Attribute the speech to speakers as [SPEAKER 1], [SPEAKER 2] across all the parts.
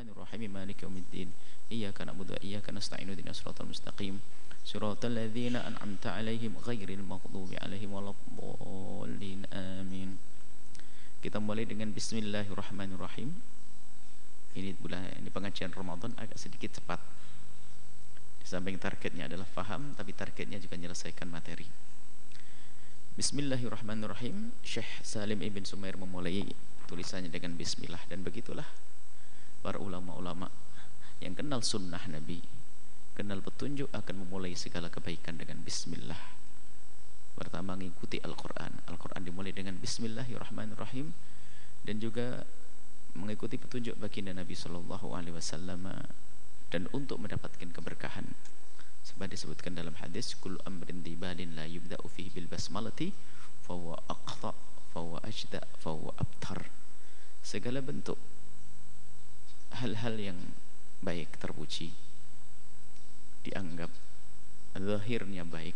[SPEAKER 1] Bismillahirrahmanirrahim. Maliki yaumiddin. Iyyaka na'budu wa iyyaka nasta'in. Ihdinas siratal mustaqim. Siratal ladzina an'amta 'alaihim ghairil maghdubi 'alaihim waladdallin. Amin. Kita mulai dengan Bismillahirrahmanirrahim. Ini pengajian Ramadan agak sedikit cepat. Di samping targetnya adalah faham, tapi targetnya juga menyelesaikan materi. Bismillahirrahmanirrahim. Syekh Salim Ibn Sumair memulai tulisannya dengan Bismillah, dan begitulah para ulama-ulama yang kenal sunnah Nabi, kenal petunjuk, akan memulai segala kebaikan dengan Bismillah. Pertama, mengikuti Al-Quran. Al-Quran dimulai dengan Bismillahirrahmanirrahim, dan juga mengikuti petunjuk baginda Nabi SAW, dan untuk mendapatkan keberkahan sebagaimana disebutkan dalam hadis, kullu amrin dibalin la yubda'u fihi bil basmalati fahuwa aqta fahuwa ajda fahuwa abtar. Segala bentuk hal-hal yang baik terpuji, dianggap zahirnya baik,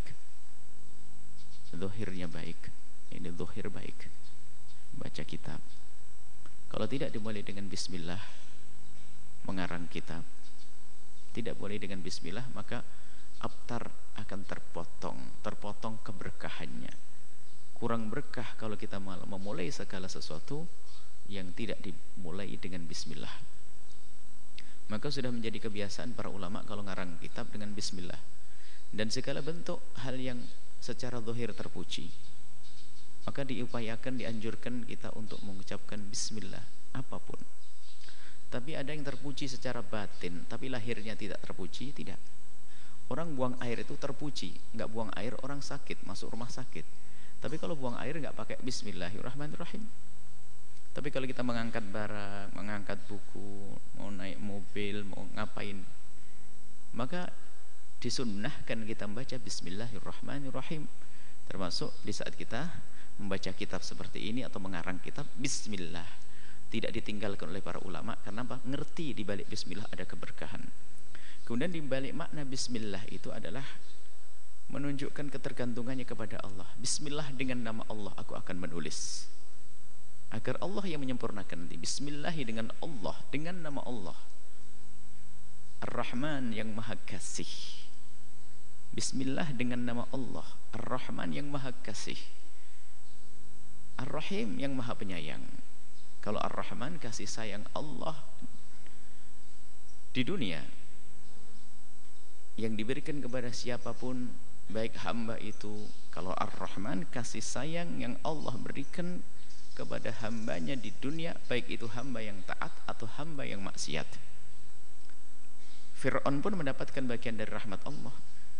[SPEAKER 1] ini zahir baik, baca kitab. Kalau tidak dimulai dengan Bismillah, mengarang kitab, tidak boleh dengan Bismillah, maka abtar akan terpotong keberkahannya. Kurang berkah kalau kita memulai segala sesuatu yang tidak dimulai dengan Bismillah. Maka sudah menjadi kebiasaan para ulama kalau ngarang kitab dengan Bismillah. Dan segala bentuk hal yang secara zahir terpuji, maka diupayakan, dianjurkan kita untuk mengucapkan Bismillah apapun. Tapi ada yang terpuji secara batin, tapi lahirnya tidak terpuji, tidak. Orang buang air itu terpuji, nggak buang air orang sakit, masuk rumah sakit. Tapi kalau buang air nggak pakai Bismillahirrahmanirrahim. Tapi kalau kita mengangkat barang, mengangkat buku, mau naik mobil, mau ngapain, maka disunnahkan kita membaca Bismillahirrahmanirrahim. Termasuk di saat kita membaca kitab seperti ini atau mengarang kitab, Bismillah tidak ditinggalkan oleh para ulama. Karena apa? Ngerti di balik Bismillah ada keberkahan. Kemudian di balik makna Bismillah itu adalah menunjukkan ketergantungannya kepada Allah. Bismillah, dengan nama Allah aku akan menulis, agar Allah yang menyempurnakan nanti. Bismillah dengan Allah, dengan nama Allah Ar-Rahman yang maha kasih. Bismillah dengan nama Allah Ar-Rahman yang maha kasih, Ar-Rahim yang maha penyayang. Kalau Ar-Rahman, kasih sayang Allah di dunia yang diberikan kepada siapapun, baik hamba itu. Kalau Ar-Rahman, kasih sayang yang Allah berikan kepada hambanya di dunia, baik itu hamba yang taat atau hamba yang maksiat. Fir'aun pun mendapatkan bagian dari rahmat Allah.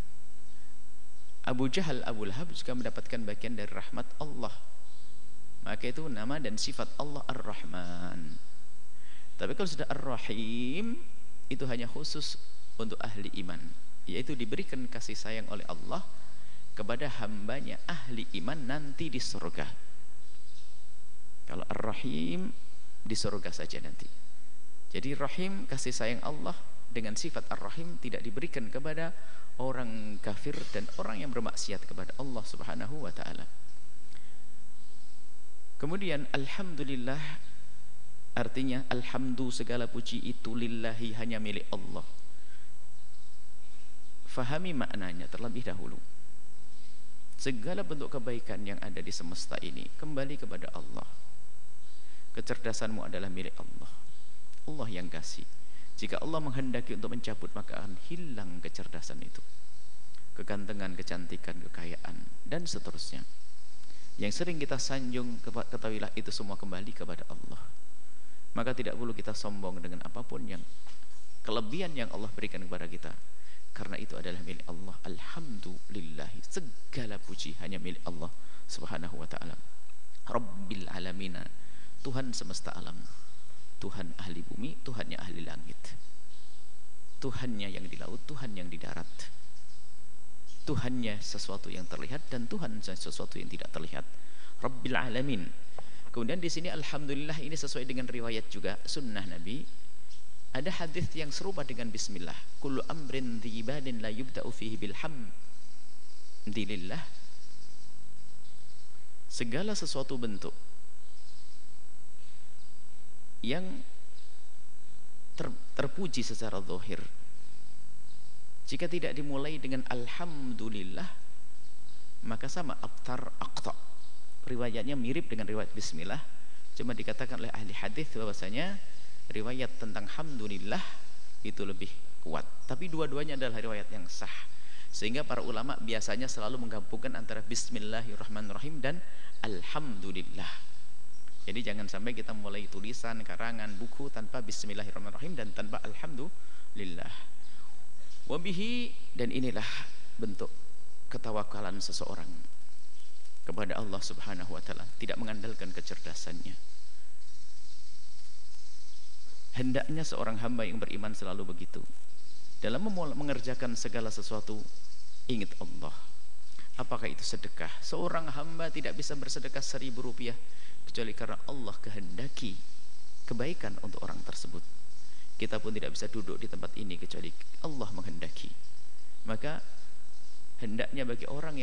[SPEAKER 1] Abu Jahal, Abu Lahab juga mendapatkan bagian dari rahmat Allah. Maka itu nama dan sifat Allah Ar-Rahman. Tapi kalau sudah Ar-Rahim, itu hanya khusus untuk ahli iman, yaitu diberikan kasih sayang oleh Allah kepada hambanya ahli iman nanti di surga. Kalau Ar-Rahim di surga saja nanti. Jadi Rahim, kasih sayang Allah dengan sifat Ar-Rahim, tidak diberikan kepada orang kafir dan orang yang bermaksiat kepada Allah Subhanahu wa ta'ala. Kemudian Alhamdulillah, artinya alhamdu, segala puji itu lillahi, hanya milik Allah. Fahami maknanya terlebih dahulu. Segala bentuk kebaikan yang ada di semesta ini kembali kepada Allah. Kecerdasanmu adalah milik Allah. Allah yang kasih. Jika Allah menghendaki untuk mencabut, maka akan hilang kecerdasan itu, kegantengan, kecantikan, kekayaan, dan seterusnya. Yang sering kita sanjung, ketahuilah itu semua kembali kepada Allah. Maka tidak perlu kita sombong dengan apapun yang kelebihan yang Allah berikan kepada kita, karena itu adalah milik Allah. Alhamdulillah, segala puji hanya milik Allah Subhanahu wa ta'ala. Rabbil alamina, Tuhan semesta alam, Tuhan ahli bumi, Tuhannya ahli langit, Tuhannya yang di laut, Tuhan yang di darat, Tuhannya sesuatu yang terlihat dan Tuhan sesuatu yang tidak terlihat. Rabbil alamin. Kemudian di sini Alhamdulillah ini sesuai dengan riwayat juga sunnah Nabi. Ada hadis yang serupa dengan Bismillah. Kullu amrin dhibalin la yubda'u fihi bilhamdilillah. Segala sesuatu bentuk yang terpuji secara zahir. Jika tidak dimulai dengan alhamdulillah, maka sama abtar aqta. Riwayatnya mirip dengan riwayat bismillah, cuma dikatakan oleh ahli hadis bahwasanya riwayat tentang alhamdulillah itu lebih kuat. Tapi dua-duanya adalah riwayat yang sah. Sehingga para ulama biasanya selalu menggabungkan antara bismillahirrahmanirrahim dan alhamdulillah. Jadi jangan sampai kita mulai tulisan, karangan, buku tanpa bismillahirrahmanirrahim dan tanpa alhamdulillah. Wabihi, dan inilah bentuk ketawakalan seseorang kepada Allah Subhanahu wa taala, tidak mengandalkan kecerdasannya. Hendaknya seorang hamba yang beriman selalu begitu. Dalam mengerjakan segala sesuatu, ingat Allah. Apakah itu sedekah? Seorang hamba tidak bisa bersedekah 1.000 rupiah kecuali karena Allah kehendaki kebaikan untuk orang tersebut. Kita pun tidak bisa duduk di tempat ini kecuali Allah menghendaki. Maka hendaknya bagi orang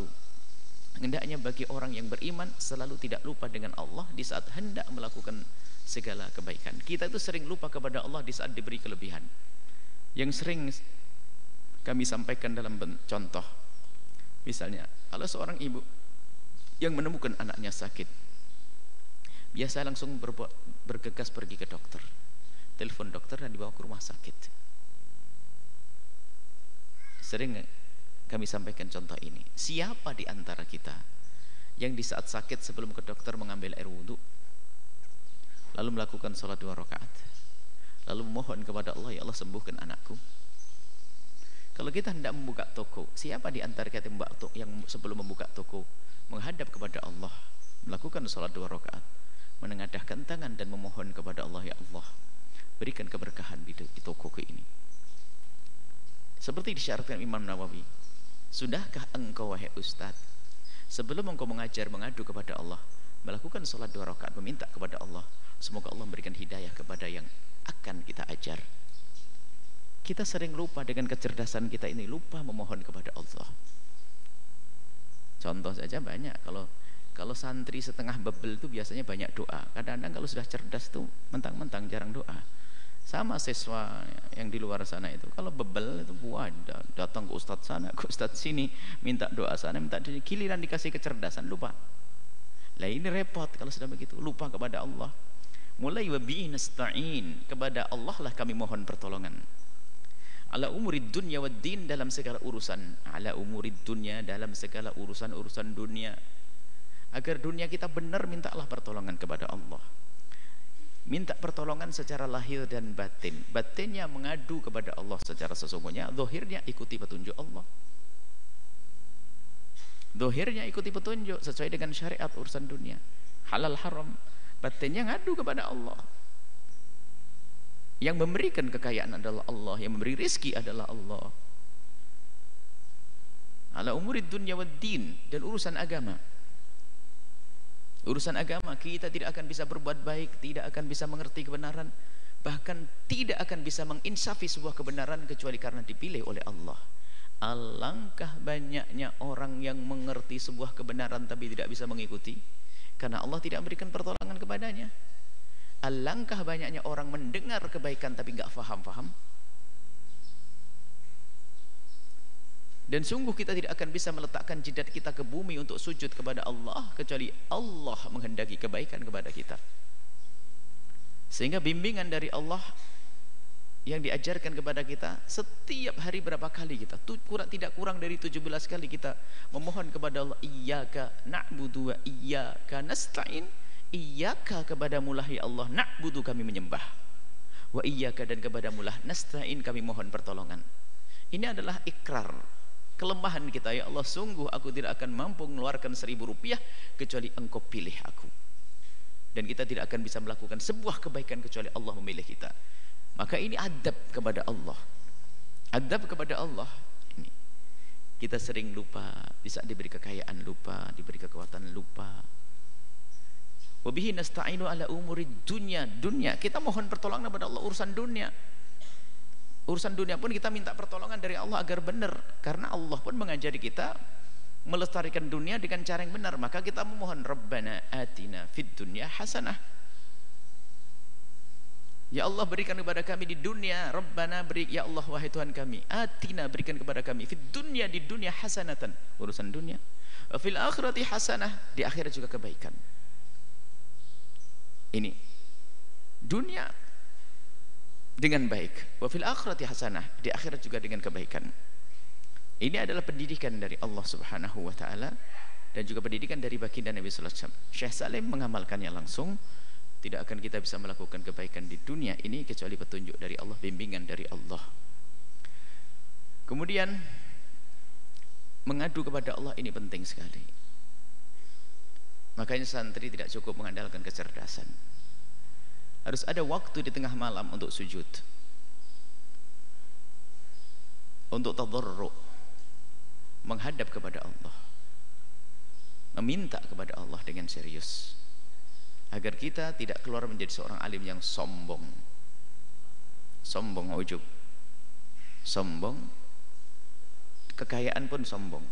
[SPEAKER 1] yang beriman selalu tidak lupa dengan Allah di saat hendak melakukan segala kebaikan. Kita itu sering lupa kepada Allah di saat diberi kelebihan. Yang sering kami sampaikan dalam contoh, misalnya kalau seorang ibu yang menemukan anaknya sakit, biasa langsung bergegas pergi ke dokter, telepon dokter dan dibawa ke rumah sakit. Sering kami sampaikan contoh ini. Siapa di antara kita yang di saat sakit sebelum ke dokter mengambil air wudhu, lalu melakukan sholat 2 rakaat, lalu memohon kepada Allah, ya Allah sembuhkan anakku? Kalau kita hendak membuka toko, siapa di antara kita yang sebelum membuka toko menghadap kepada Allah, melakukan sholat 2 rakaat, menengadahkan tangan dan memohon kepada Allah, ya Allah berikan keberkahan di tokoku ini? Seperti disyaratkan Imam Nawawi, sudahkah engkau wahai Ustaz, sebelum engkau mengajar mengadu kepada Allah, melakukan sholat 2 rakaat meminta kepada Allah semoga Allah memberikan hidayah kepada yang akan kita ajar? Kita sering lupa dengan kecerdasan kita ini, lupa memohon kepada Allah. Contoh saja banyak. Kalau santri setengah bebel itu biasanya banyak doa. Kadang-kadang kalau sudah cerdas itu mentang-mentang jarang doa. Sama siswa yang di luar sana itu, kalau bebel itu datang ke ustadz sana, ke ustadz sini, minta doa sana, minta doa, giliran dikasih kecerdasan lupa. Lah ini repot kalau sudah begitu, lupa kepada Allah. Mulai wabihi nasta'in, kepada Allah lah kami mohon pertolongan. Ala umurid dunya wad din, dalam segala urusan. Ala umurid dunya, dalam segala urusan dunia. Agar dunia kita benar, mintalah pertolongan kepada Allah. Minta pertolongan secara lahir dan batin. Batinnya mengadu kepada Allah secara sesungguhnya, zahirnya ikuti petunjuk Allah. Zahirnya ikuti petunjuk sesuai dengan syariat urusan dunia, halal haram. Batinnya ngadu kepada Allah. Yang memberikan kekayaan adalah Allah, yang memberi rizki adalah Allah. Ala umurid dunya wad din, dan urusan agama. Urusan agama kita tidak akan bisa berbuat baik, tidak akan bisa mengerti kebenaran, bahkan tidak akan bisa menginsafi sebuah kebenaran kecuali karena dipilih oleh Allah. Alangkah banyaknya orang yang mengerti sebuah kebenaran tapi tidak bisa mengikuti karena Allah tidak memberikan pertolongan kepadanya. Alangkah banyaknya orang mendengar kebaikan tapi nggak faham-faham. Dan sungguh kita tidak akan bisa meletakkan jidat kita ke bumi untuk sujud kepada Allah kecuali Allah menghendaki kebaikan kepada kita. Sehingga bimbingan dari Allah yang diajarkan kepada kita setiap hari berapa kali kita, tidak kurang dari 17 kali kita memohon kepada Allah, iyyaka na'budu wa iyyaka nasta'in. Iyyaka, kepadamulah ya Allah na'budu, kami menyembah, wa iyyaka, dan kepadamulah nasta'in, kami mohon pertolongan. Ini adalah ikrar kelemahan kita, ya Allah sungguh aku tidak akan mampu mengeluarkan 1.000 rupiah kecuali engkau pilih aku, dan kita tidak akan bisa melakukan sebuah kebaikan kecuali Allah memilih kita. Maka ini adab kepada Allah, adab kepada Allah. Ini kita sering lupa, di saat diberi kekayaan lupa, diberi kekuatan lupa. Wabihi nasta'inu ala umurid dunya, dunia kita mohon pertolongan kepada Allah urusan dunia. Urusan dunia pun kita minta pertolongan dari Allah agar benar, karena Allah pun mengajari kita melestarikan dunia dengan cara yang benar. Maka kita memohon Rabbana atina fid dunya hasanah. Ya Allah, berikan kepada kami di dunia, Rabbana beri, ya Allah wahai Tuhan kami, atina, berikan kepada kami fid dunya, di dunia hasanatan, urusan dunia, fil akhirati hasanah, di akhirat juga kebaikan. Ini dunia dengan baik, wa fil akhirati hasanah, di akhirat juga dengan kebaikan. Ini adalah pendidikan dari Allah Subhanahu wa taala dan juga pendidikan dari baginda Nabi sallallahu alaihi wasallam. Syekh Salim mengamalkannya langsung. Tidak akan kita bisa melakukan kebaikan di dunia ini kecuali petunjuk dari Allah, bimbingan dari Allah. Kemudian mengadu kepada Allah ini penting sekali. Makanya santri tidak cukup mengandalkan kecerdasan. Harus ada waktu di tengah malam untuk sujud, untuk tadarru', menghadap kepada Allah, meminta kepada Allah dengan serius, agar kita tidak keluar menjadi seorang alim yang sombong, ujub, sombong, kekayaan pun sombong,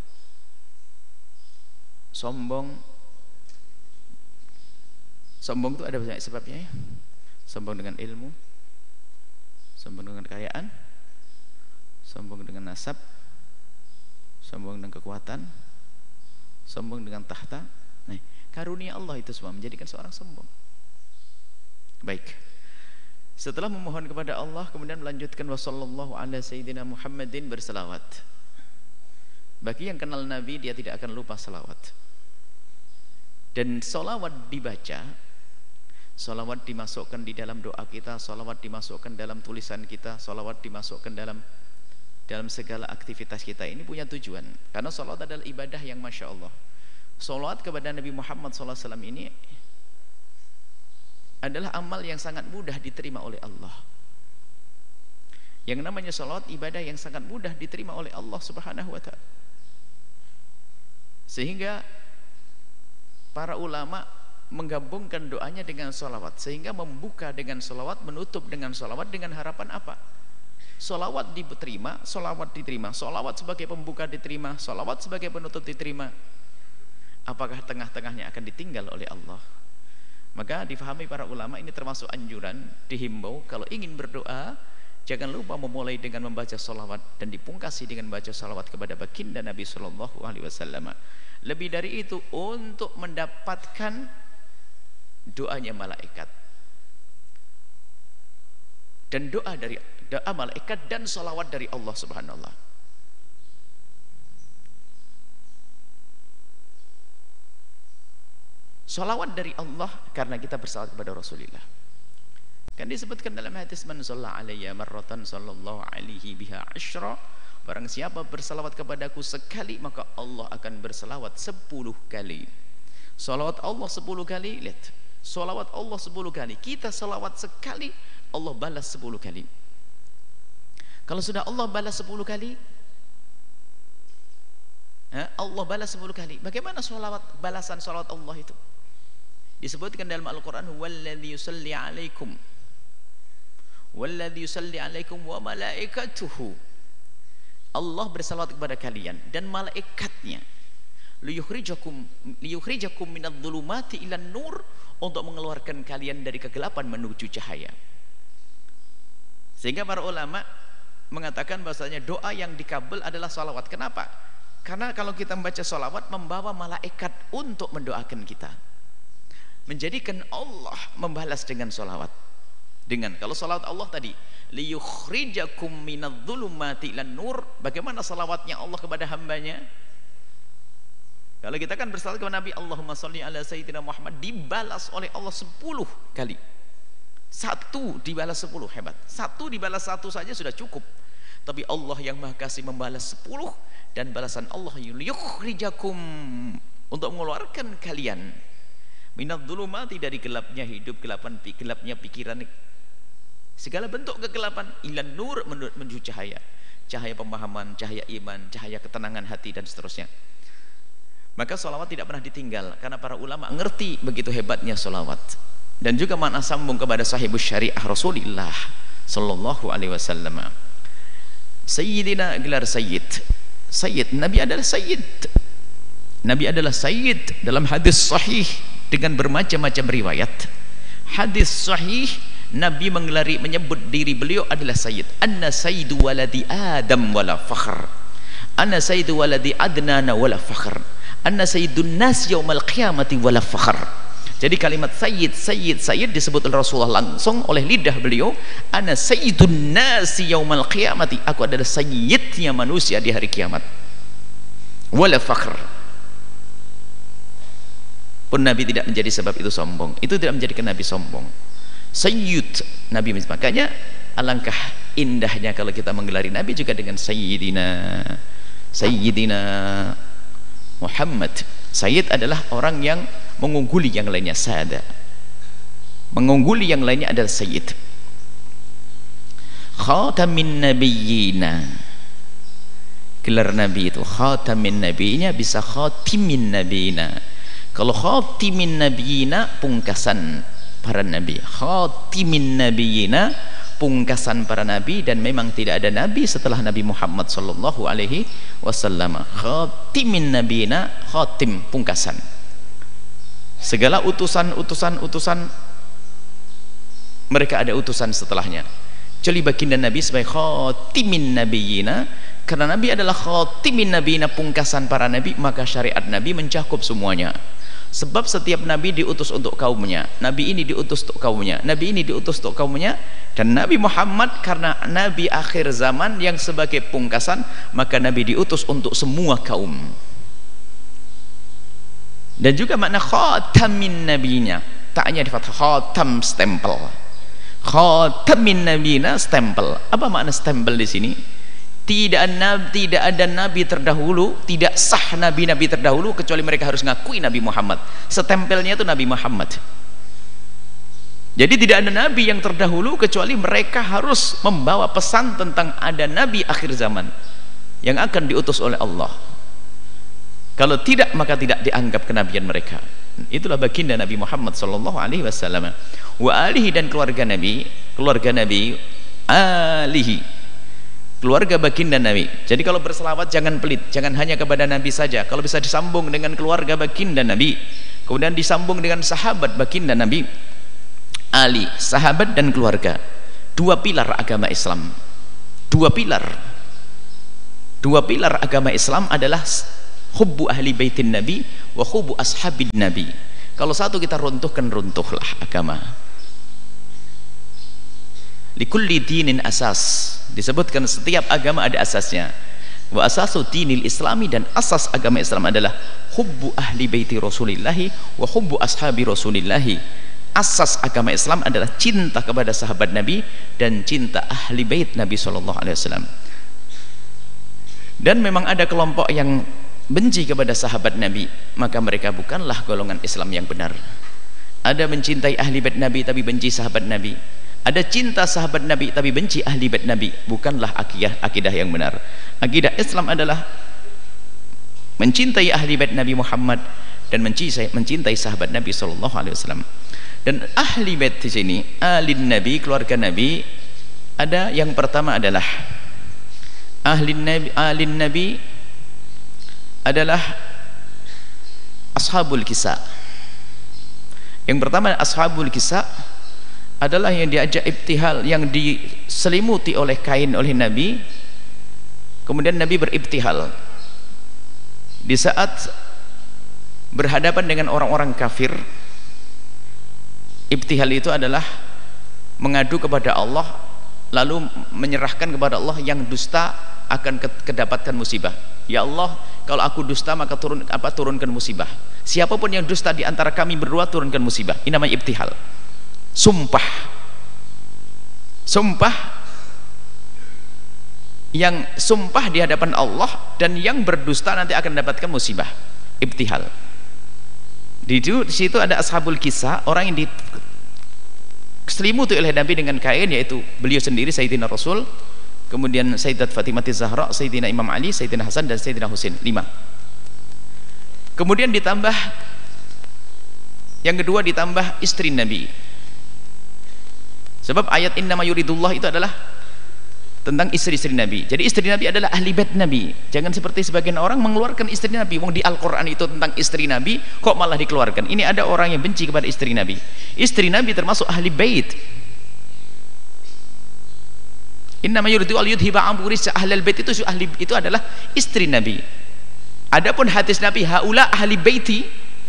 [SPEAKER 1] sombong itu ada banyak sebabnya ya. Sombong dengan ilmu, sombong dengan kekayaan, sombong dengan nasab, sombong dengan kekuatan, sombong dengan tahta. Nah, karunia Allah itu semua menjadikan seorang sombong. Baik, setelah memohon kepada Allah, kemudian melanjutkan wassallallahu ala sayyidina Muhammadin, berselawat. Bagi yang kenal Nabi, dia tidak akan lupa selawat. Dan selawat dibaca, selawat dimasukkan di dalam doa kita, selawat dimasukkan dalam tulisan kita, selawat dimasukkan dalam segala aktivitas kita. Ini punya tujuan, karena selawat adalah ibadah yang masya Allah. Salawat kepada Nabi Muhammad SAW ini adalah amal yang sangat mudah diterima oleh Allah. Yang namanya salawat, ibadah yang sangat mudah diterima oleh Allah Subhanahu wa ta'ala. Sehingga para ulama menggabungkan doanya dengan salawat, sehingga membuka dengan salawat, menutup dengan salawat, dengan harapan apa? Salawat diterima, salawat diterima, salawat sebagai pembuka diterima, salawat sebagai penutup diterima. Apakah tengah-tengahnya akan ditinggal oleh Allah? Maka difahami para ulama, ini termasuk anjuran, dihimbau kalau ingin berdoa, jangan lupa memulai dengan membaca salawat dan dipungkasi dengan membaca salawat kepada baginda Nabi Sallallahu Alaihi Wasallam. Lebih dari itu, untuk mendapatkan doanya malaikat, dan doa malaikat dan salawat dari Allah Subhanahu wa ta'ala. Salawat dari Allah karena kita bersalawat kepada Rasulullah. Kan disebutkan dalam hadis, man shalla alayya marratan sallallahu alaihi biha asyra, barang siapa bersalawat kepadaku sekali, maka Allah akan bersalawat 10 kali. Salawat Allah 10 kali, lihat, salawat Allah 10 kali, kita salawat sekali, Allah balas 10 kali. Kalau sudah Allah balas 10 kali, Allah balas 10 kali, bagaimana balasan salawat Allah itu? Disebutkan dalam Al-Quran, walladzi yusalli alaikum wa malaikatuhu, Allah bersalawat kepada kalian dan malaikatnya, liyukhrijakum minadh-dhulumati ilan nur, untuk mengeluarkan kalian dari kegelapan menuju cahaya. Sehingga para ulama mengatakan bahasanya doa yang dikabul adalah salawat. Kenapa? Karena kalau kita membaca salawat, membawa malaikat untuk mendoakan kita, menjadikan Allah membalas dengan salawat. Dengan, kalau salawat Allah tadi, liyukhrijakum minadh-dhulumati ilan nur, bagaimana salawatnya Allah kepada hambanya? Kalau kita kan bersalawat kepada Nabi, Allahumma sholli ala sayyidina Muhammad, dibalas oleh Allah 10 kali. 1 dibalas 10, hebat. 1 dibalas 1 saja sudah cukup. Tapi Allah yang Maha Kasih membalas 10, dan balasan Allah yukhrijakum, untuk mengeluarkan kalian minadh-dhulumati, dari gelapnya hidup, gelapnya pikiran, segala bentuk kegelapan, ilan nur, menuju cahaya, cahaya pemahaman, cahaya iman, cahaya ketenangan hati, dan seterusnya. Maka salawat tidak pernah ditinggal, karena para ulama ngerti begitu hebatnya salawat. Dan juga makna sambung kepada sahibus syariah Rasulullah Sallallahu Alaihi Wasallam. Sayyidina, gelar Sayyid. Nabi adalah Sayyid. Nabi adalah Sayyid dalam hadis sahih dengan bermacam-macam riwayat. Hadis sahih Nabi menyebut diri beliau adalah sayyid. Anna sayyidu waladi Adam wala fakhr. Anna sayyidu waladi Adnan wala fakhr. Anna sayyidun nas yaumal qiyamati wala fakhr. Jadi kalimat sayyid disebut oleh Rasulullah langsung oleh lidah beliau. Anna sayyidun nas yaumal qiyamati. Aku adalah sayyidnya manusia di hari kiamat. Wala fakhr. Pun Nabi tidak menjadi sebab itu sombong. Itu tidak menjadikan Nabi sombong. Sayyid Nabi, makanya alangkah indahnya kalau kita menggelari Nabi juga dengan Sayyidina Muhammad. Sayyid adalah orang yang mengungguli yang lainnya, sada mengungguli yang lainnya adalah Sayyid. Khatamin Nabiyyina, gelar Nabi itu khatamin Nabiyina, bisa khatimin Nabiyina. Kalau khatimin Nabiyina, pungkasan para nabi, khatimin nabiyina, pungkasan para nabi, dan memang tidak ada nabi setelah Nabi Muhammad sallallahu alaihi wasallam. Khatimin nabiyina, khatim, pungkasan. Segala utusan mereka ada utusan setelahnya. Kecuali baginda Nabi sebagai khatimin nabiyina, karena Nabi adalah khatimin nabiyina, pungkasan para nabi, maka syariat Nabi mencakup semuanya. Sebab setiap Nabi diutus untuk kaumnya, Nabi ini diutus untuk kaumnya, Nabi ini diutus untuk kaumnya, dan Nabi Muhammad karena Nabi akhir zaman yang sebagai pungkasan, maka Nabi diutus untuk semua kaum. Dan juga makna khatamin nabinya, taknya di fathah, khatam, stempel. Khatamin nabiyina, stempel. Apa makna stempel di sini? Tidak ada nabi terdahulu, tidak sah nabi-nabi terdahulu kecuali mereka harus ngakui Nabi Muhammad. Setempelnya itu Nabi Muhammad. Jadi tidak ada nabi yang terdahulu kecuali mereka harus membawa pesan tentang ada nabi akhir zaman yang akan diutus oleh Allah. Kalau tidak, maka tidak dianggap kenabian mereka. Itulah baginda Nabi Muhammad sallallahu alaihi wasallam. Wa alihi, dan keluarga Nabi alihi, keluarga baginda Nabi. Jadi kalau berselawat jangan pelit, jangan hanya kepada Nabi saja. Kalau bisa disambung dengan keluarga baginda Nabi, kemudian disambung dengan sahabat baginda Nabi, ali, sahabat dan keluarga. Dua pilar agama Islam. Dua pilar agama Islam adalah hubbu ahli baitin Nabi wa hubbu ashabin Nabi. Kalau satu kita runtuhkan, runtuhlah agama. Likulli dinin asas, disebutkan setiap agama ada asasnya. Wa asasu dinil islami, dan asas agama Islam adalah hubbu ahli baiti rasulillahi wa hubbu ashabi rasulillahi. Asas agama Islam adalah cinta kepada sahabat Nabi dan cinta ahli bait Nabi SAW. Dan memang ada kelompok yang benci kepada sahabat Nabi, maka mereka bukanlah golongan Islam yang benar. Ada mencintai ahli bait Nabi tapi benci sahabat Nabi. Ada cinta sahabat Nabi tapi benci ahli bait Nabi. Bukanlah akidah yang benar. Akidah Islam adalah mencintai ahli bait Nabi Muhammad dan mencintai sahabat Nabi SAW. Dan ahli bait di sini, alin Nabi, keluarga Nabi, ada yang pertama adalah alin Nabi adalah ashabul kisah. Yang pertama, ashabul kisah adalah yang diajak ibtihal, yang diselimuti oleh kain oleh Nabi, kemudian Nabi beribtihal di saat berhadapan dengan orang-orang kafir. Ibtihal itu adalah mengadu kepada Allah, lalu menyerahkan kepada Allah, yang dusta akan kedapatkan musibah. Ya Allah, kalau aku dusta maka turunkan musibah. Siapapun yang dusta di antara kami berdua, turunkan musibah. Ini namanya ibtihal. Sumpah yang sumpah di hadapan Allah, dan yang berdusta nanti akan mendapatkan musibah. Ibtihal. Di situ ada ashabul kisah, orang yang diselimuti oleh Nabi dengan kain, yaitu beliau sendiri, Sayyidina Rasul, kemudian Sayyidat Fatimah Zahra, Sayyidina Imam Ali, Sayyidina Hasan, dan Sayyidina Husain. 5. Kemudian ditambah yang kedua, ditambah istri Nabi. Sebab ayat innama yuridullah itu adalah tentang istri-istri Nabi. Jadi istri Nabi adalah ahli bait Nabi. Jangan seperti sebagian orang mengeluarkan istri Nabi. Wong di Al-Quran itu tentang istri Nabi, kok malah dikeluarkan. Ini ada orang yang benci kepada istri Nabi. Istri Nabi termasuk ahli bait. Innama yuridu al yudhiba ankum rijsa ahlal bait, itu ahli, itu adalah istri Nabi. Adapun hadis Nabi haula ahli baiti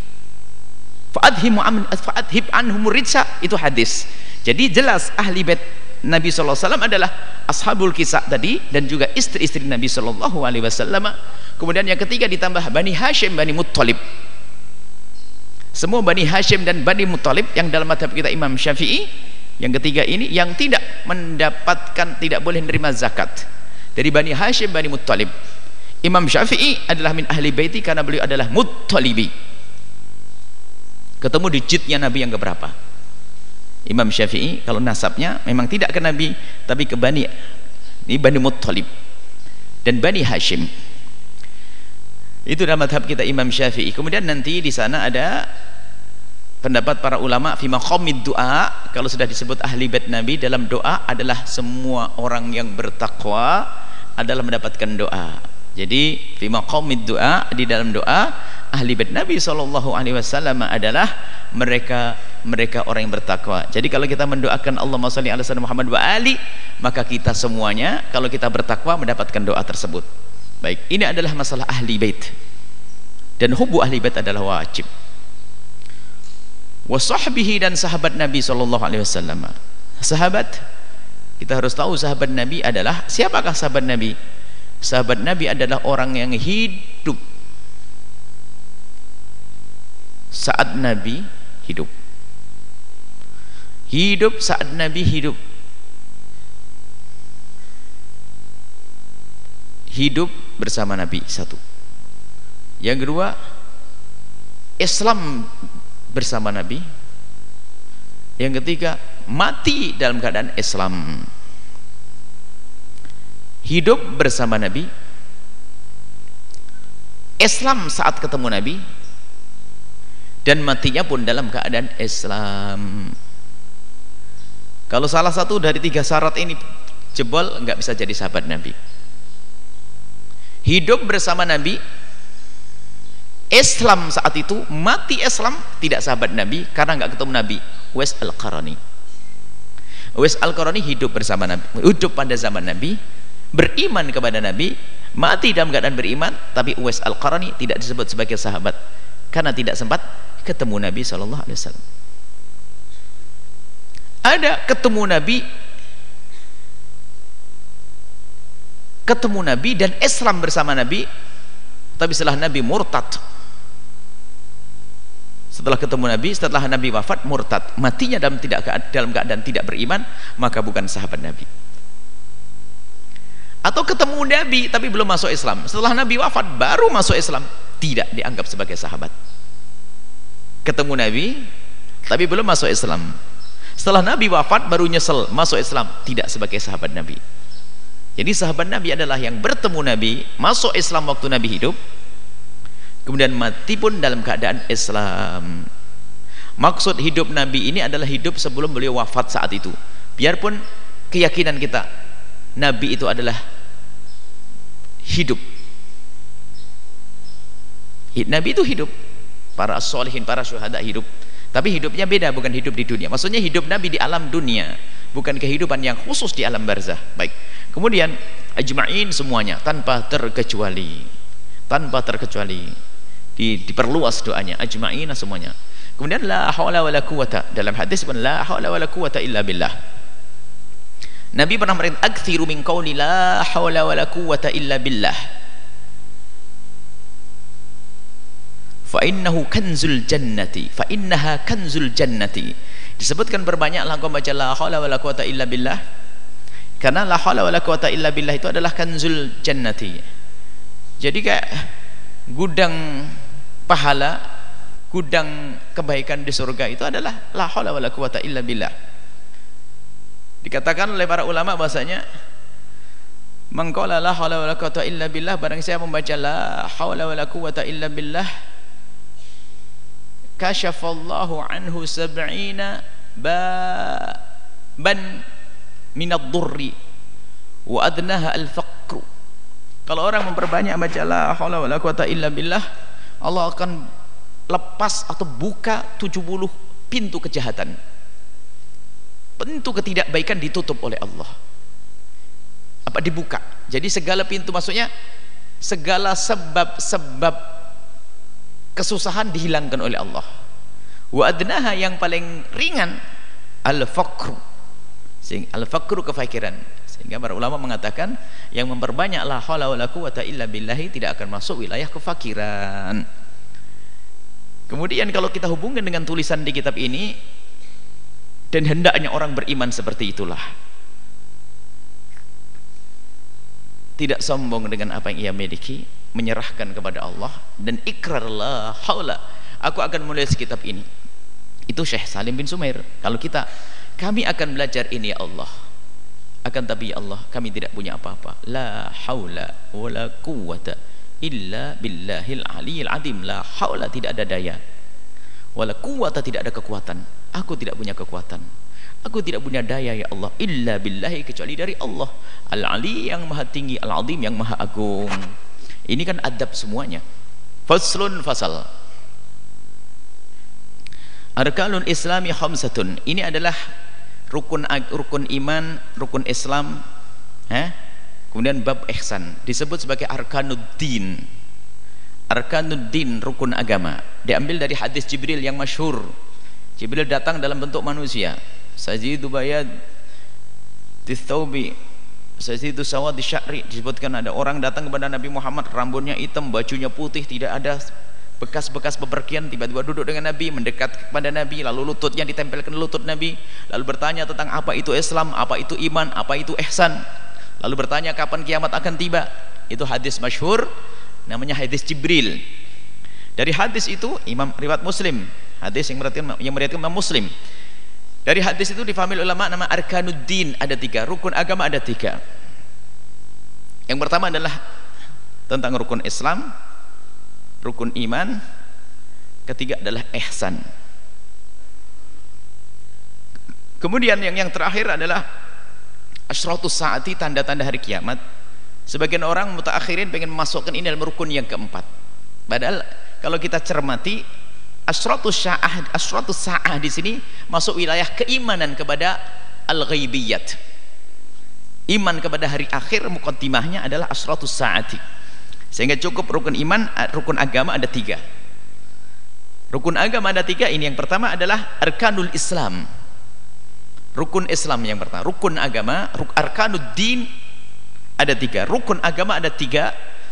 [SPEAKER 1] fa'adhib anhum rijsa, itu hadis. Jadi jelas ahli bait Nabi sallallahu alaihi wasallam adalah ashabul kisah tadi dan juga istri-istri Nabi sallallahu alaihi wasallam. Kemudian yang ketiga ditambah Bani Hashim, Bani Muttalib. Semua Bani Hashim dan Bani Muttalib yang dalam madhab kita Imam Syafi'i, yang ketiga ini yang tidak mendapatkan, tidak boleh menerima zakat dari Bani Hashim, Bani Muttalib. Imam Syafi'i adalah min ahli baiti karena beliau adalah Muttalibi. Ketemu di jidnya Nabi yang keberapa? Imam Syafi'i kalau nasabnya memang tidak ke Nabi tapi ke Bani, ini Bani Muttalib dan Bani Hashim. Itu dalam madhab kita Imam Syafi'i. Kemudian nanti di sana ada pendapat para ulama fi maqamid doa, kalau sudah disebut ahli bait Nabi dalam doa adalah semua orang yang bertakwa adalah mendapatkan doa. Jadi fi maqamid doa, di dalam doa ahli bait Nabi sallallahu alaihi wasallam adalah mereka orang yang bertakwa. Jadi kalau kita mendoakan Allahumma shalli ala sayyidina Muhammad wa ali, maka kita semuanya kalau kita bertakwa mendapatkan doa tersebut. Baik, ini adalah masalah ahli bait. Dan hubbu ahli bait adalah wajib. Wa sahbihi, dan sahabat Nabi sallallahu alaihi wasallam. Sahabat, kita harus tahu sahabat Nabi adalah, siapakah sahabat Nabi? Sahabat Nabi adalah orang yang hidup saat Nabi hidup. Hidup saat Nabi hidup. Hidup bersama Nabi, satu. Yang kedua, Islam bersama Nabi. Yang ketiga, mati dalam keadaan Islam. Hidup bersama Nabi, Islam saat ketemu Nabi, dan matinya pun dalam keadaan Islam. Kalau salah satu dari tiga syarat ini jebol, nggak bisa jadi sahabat Nabi. Hidup bersama Nabi, Islam saat itu, mati Islam, tidak sahabat Nabi karena nggak ketemu Nabi. Uwais Al-Qarani. Uwais Al-Qarani hidup bersama Nabi, hidup pada zaman Nabi, beriman kepada Nabi, mati dalam keadaan beriman, tapi Uwais Al-Qarani tidak disebut sebagai sahabat karena tidak sempat ketemu Nabi sallallahu alaihi wasallam. Ada ketemu Nabi dan Islam bersama Nabi, tapi setelah Nabi murtad. Setelah ketemu Nabi, setelah Nabi wafat murtad, matinya dalam keadaan tidak beriman, maka bukan sahabat Nabi. Atau ketemu Nabi tapi belum masuk Islam, setelah Nabi wafat baru masuk Islam, tidak dianggap sebagai sahabat. Ketemu Nabi tapi belum masuk Islam, setelah Nabi wafat baru nyesel masuk Islam, tidak sebagai sahabat Nabi. Jadi sahabat Nabi adalah yang bertemu Nabi, masuk Islam waktu Nabi hidup, kemudian mati pun dalam keadaan Islam. Maksud hidup Nabi ini adalah hidup sebelum beliau wafat saat itu. Biarpun keyakinan kita Nabi itu adalah hidup, Nabi itu hidup, para sholihin, para syuhada hidup, tapi hidupnya beda, bukan hidup di dunia. Maksudnya hidup Nabi di alam dunia, bukan kehidupan yang khusus di alam barzah. Baik. Kemudian ajma'in, semuanya tanpa terkecuali, diperluas doanya, ajma'in semuanya. Kemudian la haula wala quwata, dalam hadis pun la haula wala quwata illa billah. Nabi pernah merintah aktsiru min qauli la haula wala quwata illa billah, fa innahu kanzul jannati, fa innaha kanzul jannati. Disebutkan berbanyaklah engkau baca la haula wala quwata illa billah, karena la haula wala quwata illa billah itu adalah kanzul jannati. Jadi kayak gudang pahala, gudang kebaikan di surga itu adalah la haula wala quwata illa billah. Dikatakan oleh para ulama bahasanya, man qala la haula wala quwata illa billah, barang siapa membaca la haula wala quwata illa billah, kasyafallahu anhu sab'ina ban minad durri wa adnaha al-faqru. Kalau orang memperbanyak baca la haula wala quwata illa billah, Allah akan lepas atau buka 70 pintu kejahatan, pintu ketidakbaikan ditutup oleh Allah. dibuka. Jadi segala pintu, maksudnya segala sebab-sebab kesusahan dihilangkan oleh Allah. Wa adnaha, yang paling ringan, al-faqru. Al-faqru, kefakiran. Sehingga para ulama mengatakan yang memperbanyak la haula wala quwata illa billahi tidak akan masuk wilayah kefakiran. Kemudian kalau kita hubungkan dengan tulisan di kitab ini, dan hendaknya orang beriman seperti itulah, tidak sombong dengan apa yang ia miliki, menyerahkan kepada Allah, dan ikrar la haula, aku akan menulis kitab ini. Itu Syekh Salim bin Sumair. Kalau kami akan belajar ini ya Allah, akan tapi ya Allah kami tidak punya apa-apa, la haula wala quwata illa billahil aliyil azim. La haula, tidak ada daya, wala quwata, tidak ada kekuatan, aku tidak punya kekuatan, aku tidak punya daya ya Allah, illa billahi, kecuali dari Allah, al-ali, yang maha tinggi, al-azim, yang maha agung. Ini kan adab semuanya. Faslun, fasal. Arkanul islami khamsatun, ini adalah rukun iman, rukun Islam, kemudian bab ihsan disebut sebagai arkanuddin. Arkanuddin, rukun agama, diambil dari hadis Jibril yang masyhur. Jibril datang dalam bentuk manusia, sajidu bayad tithawbi sajidu sawad sya'ri. Disebutkan ada orang datang kepada Nabi Muhammad, rambutnya hitam, bajunya putih, tidak ada bekas-bekas bepergian, tiba-tiba duduk dengan Nabi, mendekat kepada Nabi, lalu lututnya ditempelkan lutut Nabi, lalu bertanya tentang apa itu Islam, apa itu iman, apa itu ihsan, lalu bertanya kapan kiamat akan tiba. Itu hadis masyhur, namanya hadis Jibril. Dari hadis itu, Imam riwayat Muslim, hadis yang meriwayatkan Imam Muslim. Dari hadis itu difahami ulama nama arkanuddin, ada 3, rukun agama ada 3. Yang pertama adalah tentang rukun Islam, rukun iman, ketiga adalah ihsan. Kemudian yang terakhir adalah asyratus saati, tanda-tanda hari kiamat. Sebagian orang mutaakhirin pengen memasukkan ini dalam rukun yang keempat, padahal kalau kita cermati asyratus sa'ah di sini masuk wilayah keimanan kepada al-ghaibiyat. Iman kepada hari akhir, muqaddimahnya adalah asyratus saati. Sehingga cukup rukun iman, rukun agama ada 3. Rukun agama ada 3. Ini yang pertama adalah arkanul Islam, rukun Islam yang pertama. Rukun agama, arkanuddin ada 3, rukun agama ada 3.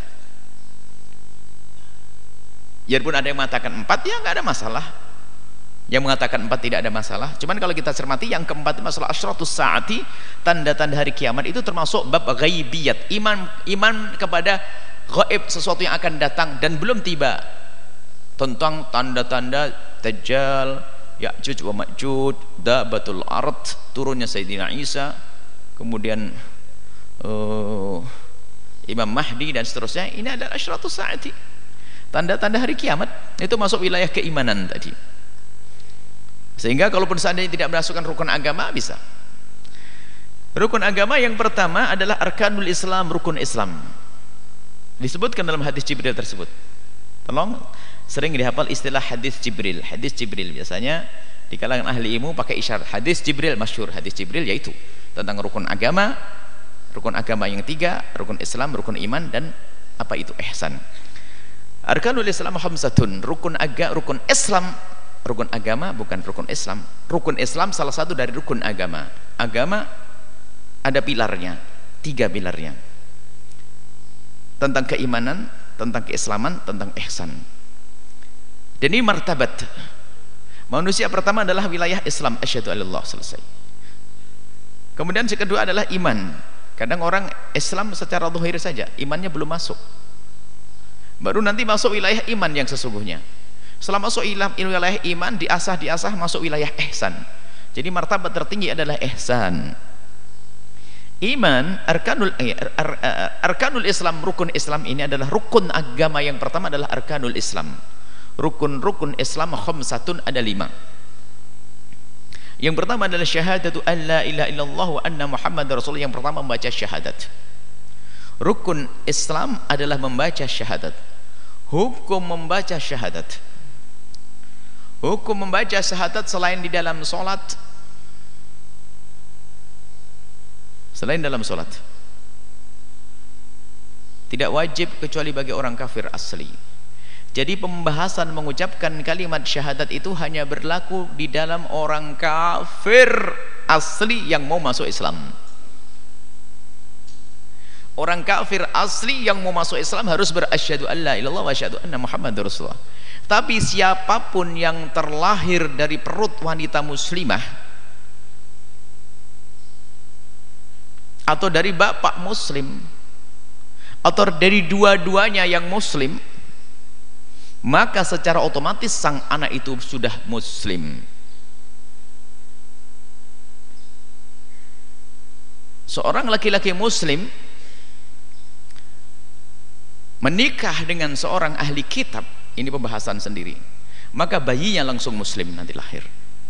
[SPEAKER 1] Biarpun ada yang mengatakan 4, ya nggak ada masalah. Yang mengatakan 4 tidak ada masalah. Cuman kalau kita cermati yang keempat, masalah asyratus saati, tanda-tanda hari kiamat, itu termasuk bab ghaibiyat, iman kepada gaib, sesuatu yang akan datang dan belum tiba, tentang tanda-tanda Dajjal, Ya'juj wa Ma'juj, dabatul ard, turunnya Sayyidina Isa, kemudian Imam Mahdi dan seterusnya. Ini adalah asyratus saati, tanda-tanda hari kiamat. Itu masuk wilayah keimanan tadi. Sehingga kalaupun seandainya tidak memasukkan rukun agama, bisa. Rukun agama yang pertama adalah arkanul Islam, rukun Islam. Disebutkan dalam hadis Jibril tersebut. Tolong sering dihafal istilah hadis Jibril. Hadis Jibril biasanya di kalangan ahli ilmu pakai isyarat. Hadis Jibril masyhur, hadis Jibril yaitu tentang rukun agama yang 3, rukun Islam, rukun iman, dan apa itu ihsan. Arkanul Islam khamsatun, rukun Islam, rukun agama, bukan rukun Islam. Rukun Islam salah satu dari rukun agama. Agama ada pilarnya, 3 pilarnya. Tentang keimanan, tentang keislaman, tentang ihsan. Dan ini martabat. Manusia pertama adalah wilayah Islam, asyhadu allallah, selesai. Kemudian yang kedua adalah iman. Kadang orang Islam secara zahir saja, imannya belum masuk. Baru nanti masuk wilayah iman yang sesungguhnya. Setelah masuk wilayah iman, diasah masuk wilayah ihsan. Jadi martabat tertinggi adalah ihsan. Iman, arkanul Islam, rukun Islam ini adalah rukun agama yang pertama adalah arkanul Islam. Rukun Islam khamsatun, ada 5. Yang pertama adalah syahadatu an la ilaha illallah wa anna Muhammadar Rasulullah. Yang pertama membaca syahadat. Rukun Islam adalah membaca syahadat. Hukum membaca syahadat. Hukum membaca syahadat selain di dalam sholat, selain dalam sholat. tidak wajib kecuali bagi orang kafir asli. Jadi pembahasan mengucapkan kalimat syahadat itu hanya berlaku di dalam orang kafir asli yang mau masuk Islam. Orang kafir asli yang mau masuk Islam harus berasyhadu alla ilallah wa asyhadu anna muhammadar rasulullah. Tapi siapapun yang terlahir dari perut wanita muslimah atau dari bapak muslim atau dari dua-duanya yang muslim, maka secara otomatis sang anak itu sudah muslim. Seorang laki-laki muslim menikah dengan seorang ahli kitab, ini pembahasan sendiri, maka bayinya langsung muslim nanti lahir.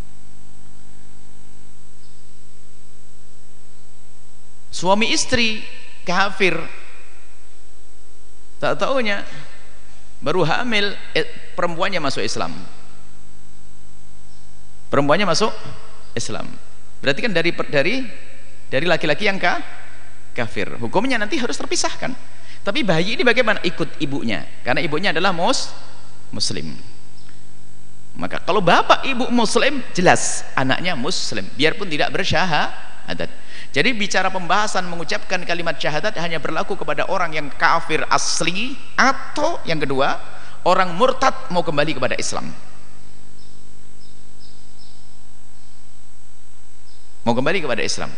[SPEAKER 1] Suami istri kafir, tak taunya baru hamil, perempuannya masuk Islam. Perempuannya masuk Islam, berarti kan dari laki-laki yang kafir, hukumnya nanti harus terpisahkan. Tapi bayi ini bagaimana? Ikut ibunya, karena ibunya adalah muslim. Maka kalau bapak ibu muslim, jelas anaknya muslim, biarpun tidak bersyahadat. Jadi bicara pembahasan mengucapkan kalimat syahadat hanya berlaku kepada orang yang kafir asli, atau yang kedua, orang murtad mau kembali kepada Islam. Mau kembali kepada Islam.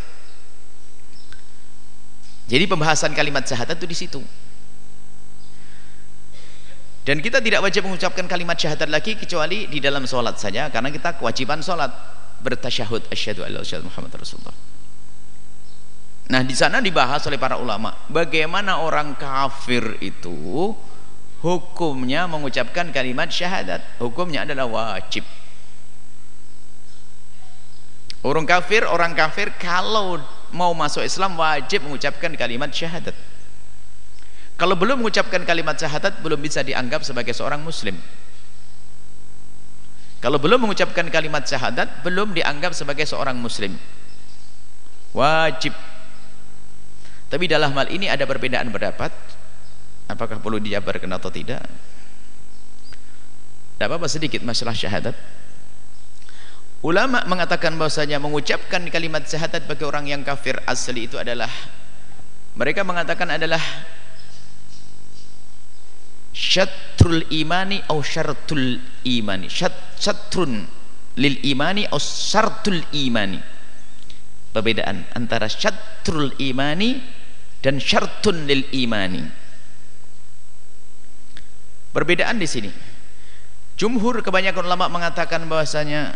[SPEAKER 1] Jadi pembahasan kalimat syahadat itu di situ. Dan kita tidak wajib mengucapkan kalimat syahadat lagi kecuali di dalam sholat saja, karena kita kewajiban sholat bertasyahud asyhadu alla ilaha illallah muhammadar rasulullah. Nah, di sana dibahas oleh para ulama bagaimana orang kafir itu hukumnya mengucapkan kalimat syahadat. Hukumnya adalah wajib. Orang kafir kalau mau masuk Islam wajib mengucapkan kalimat syahadat. Kalau belum mengucapkan kalimat syahadat, belum bisa dianggap sebagai seorang muslim. Kalau belum mengucapkan kalimat syahadat, belum dianggap sebagai seorang muslim. Wajib. Tapi dalam hal ini ada perbedaan pendapat, apakah perlu dijabarkan atau tidak. Tidak apa-apa sedikit masalah syahadat. Ulama mengatakan bahwasanya mengucapkan kalimat syahadat bagi orang yang kafir asli itu adalah, mereka mengatakan adalah syatrul imani atau syartul imani, syatrun lil imani atau syartul imani. Perbedaan antara syatrul imani dan syartun lil imani. Perbedaan di sini. Jumhur, kebanyakan ulama mengatakan bahwasanya,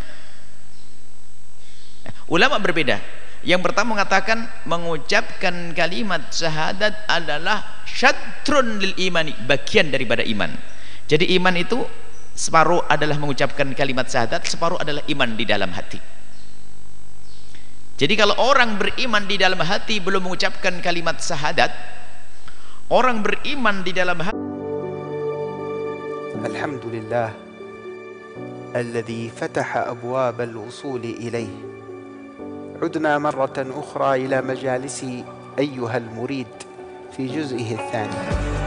[SPEAKER 1] ulama berbeda. Yang pertama mengatakan mengucapkan kalimat syahadat adalah syatrun lil imani, bagian daripada iman. Jadi iman itu separuh adalah mengucapkan kalimat syahadat, separuh adalah iman di dalam hati. Jadi kalau orang beriman di dalam hati belum mengucapkan kalimat syahadat, orang beriman di dalam hati.
[SPEAKER 2] Alhamdulillah alladzi fataha abwab al-wusul ilayh. عدنا مرة أخرى إلى مجالس أيها المريد في جزئه الثاني.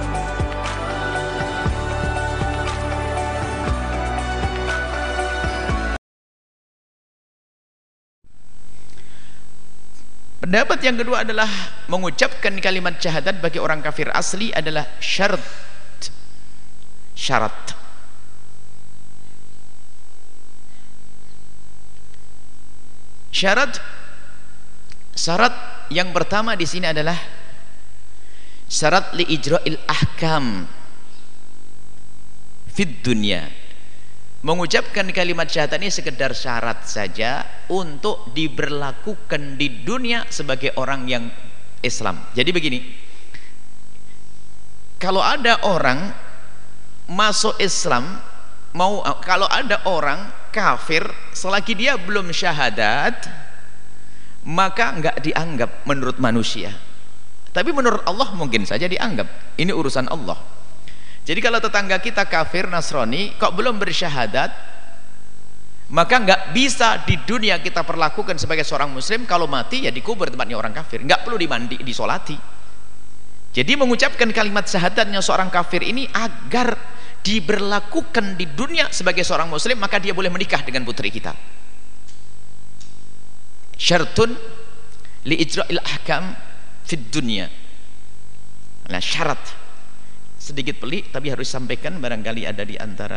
[SPEAKER 1] Pendapat yang kedua adalah mengucapkan kalimat syahadat bagi orang kafir asli adalah syarat. Syarat yang pertama di sini adalah syarat li ijra'il ahkam fid dunya. Mengucapkan kalimat syahadat ini sekedar syarat saja untuk diberlakukan di dunia sebagai orang yang Islam. Jadi begini, kalau ada orang masuk Islam, kalau ada orang kafir selagi dia belum syahadat, maka enggak dianggap menurut manusia, tapi menurut Allah mungkin saja dianggap. Ini urusan Allah. Jadi kalau tetangga kita kafir Nasrani kok belum bersyahadat, maka enggak bisa di dunia kita perlakukan sebagai seorang muslim. Kalau mati ya dikubur tempatnya orang kafir, enggak perlu dimandi, disolati. Jadi mengucapkan kalimat syahadatnya seorang kafir ini agar diberlakukan di dunia sebagai seorang muslim, maka dia boleh menikah dengan putri kita. Syartun li ijra'il ahkam fid dunya. Nah, syarat sedikit pelik tapi harus disampaikan, barangkali ada di antara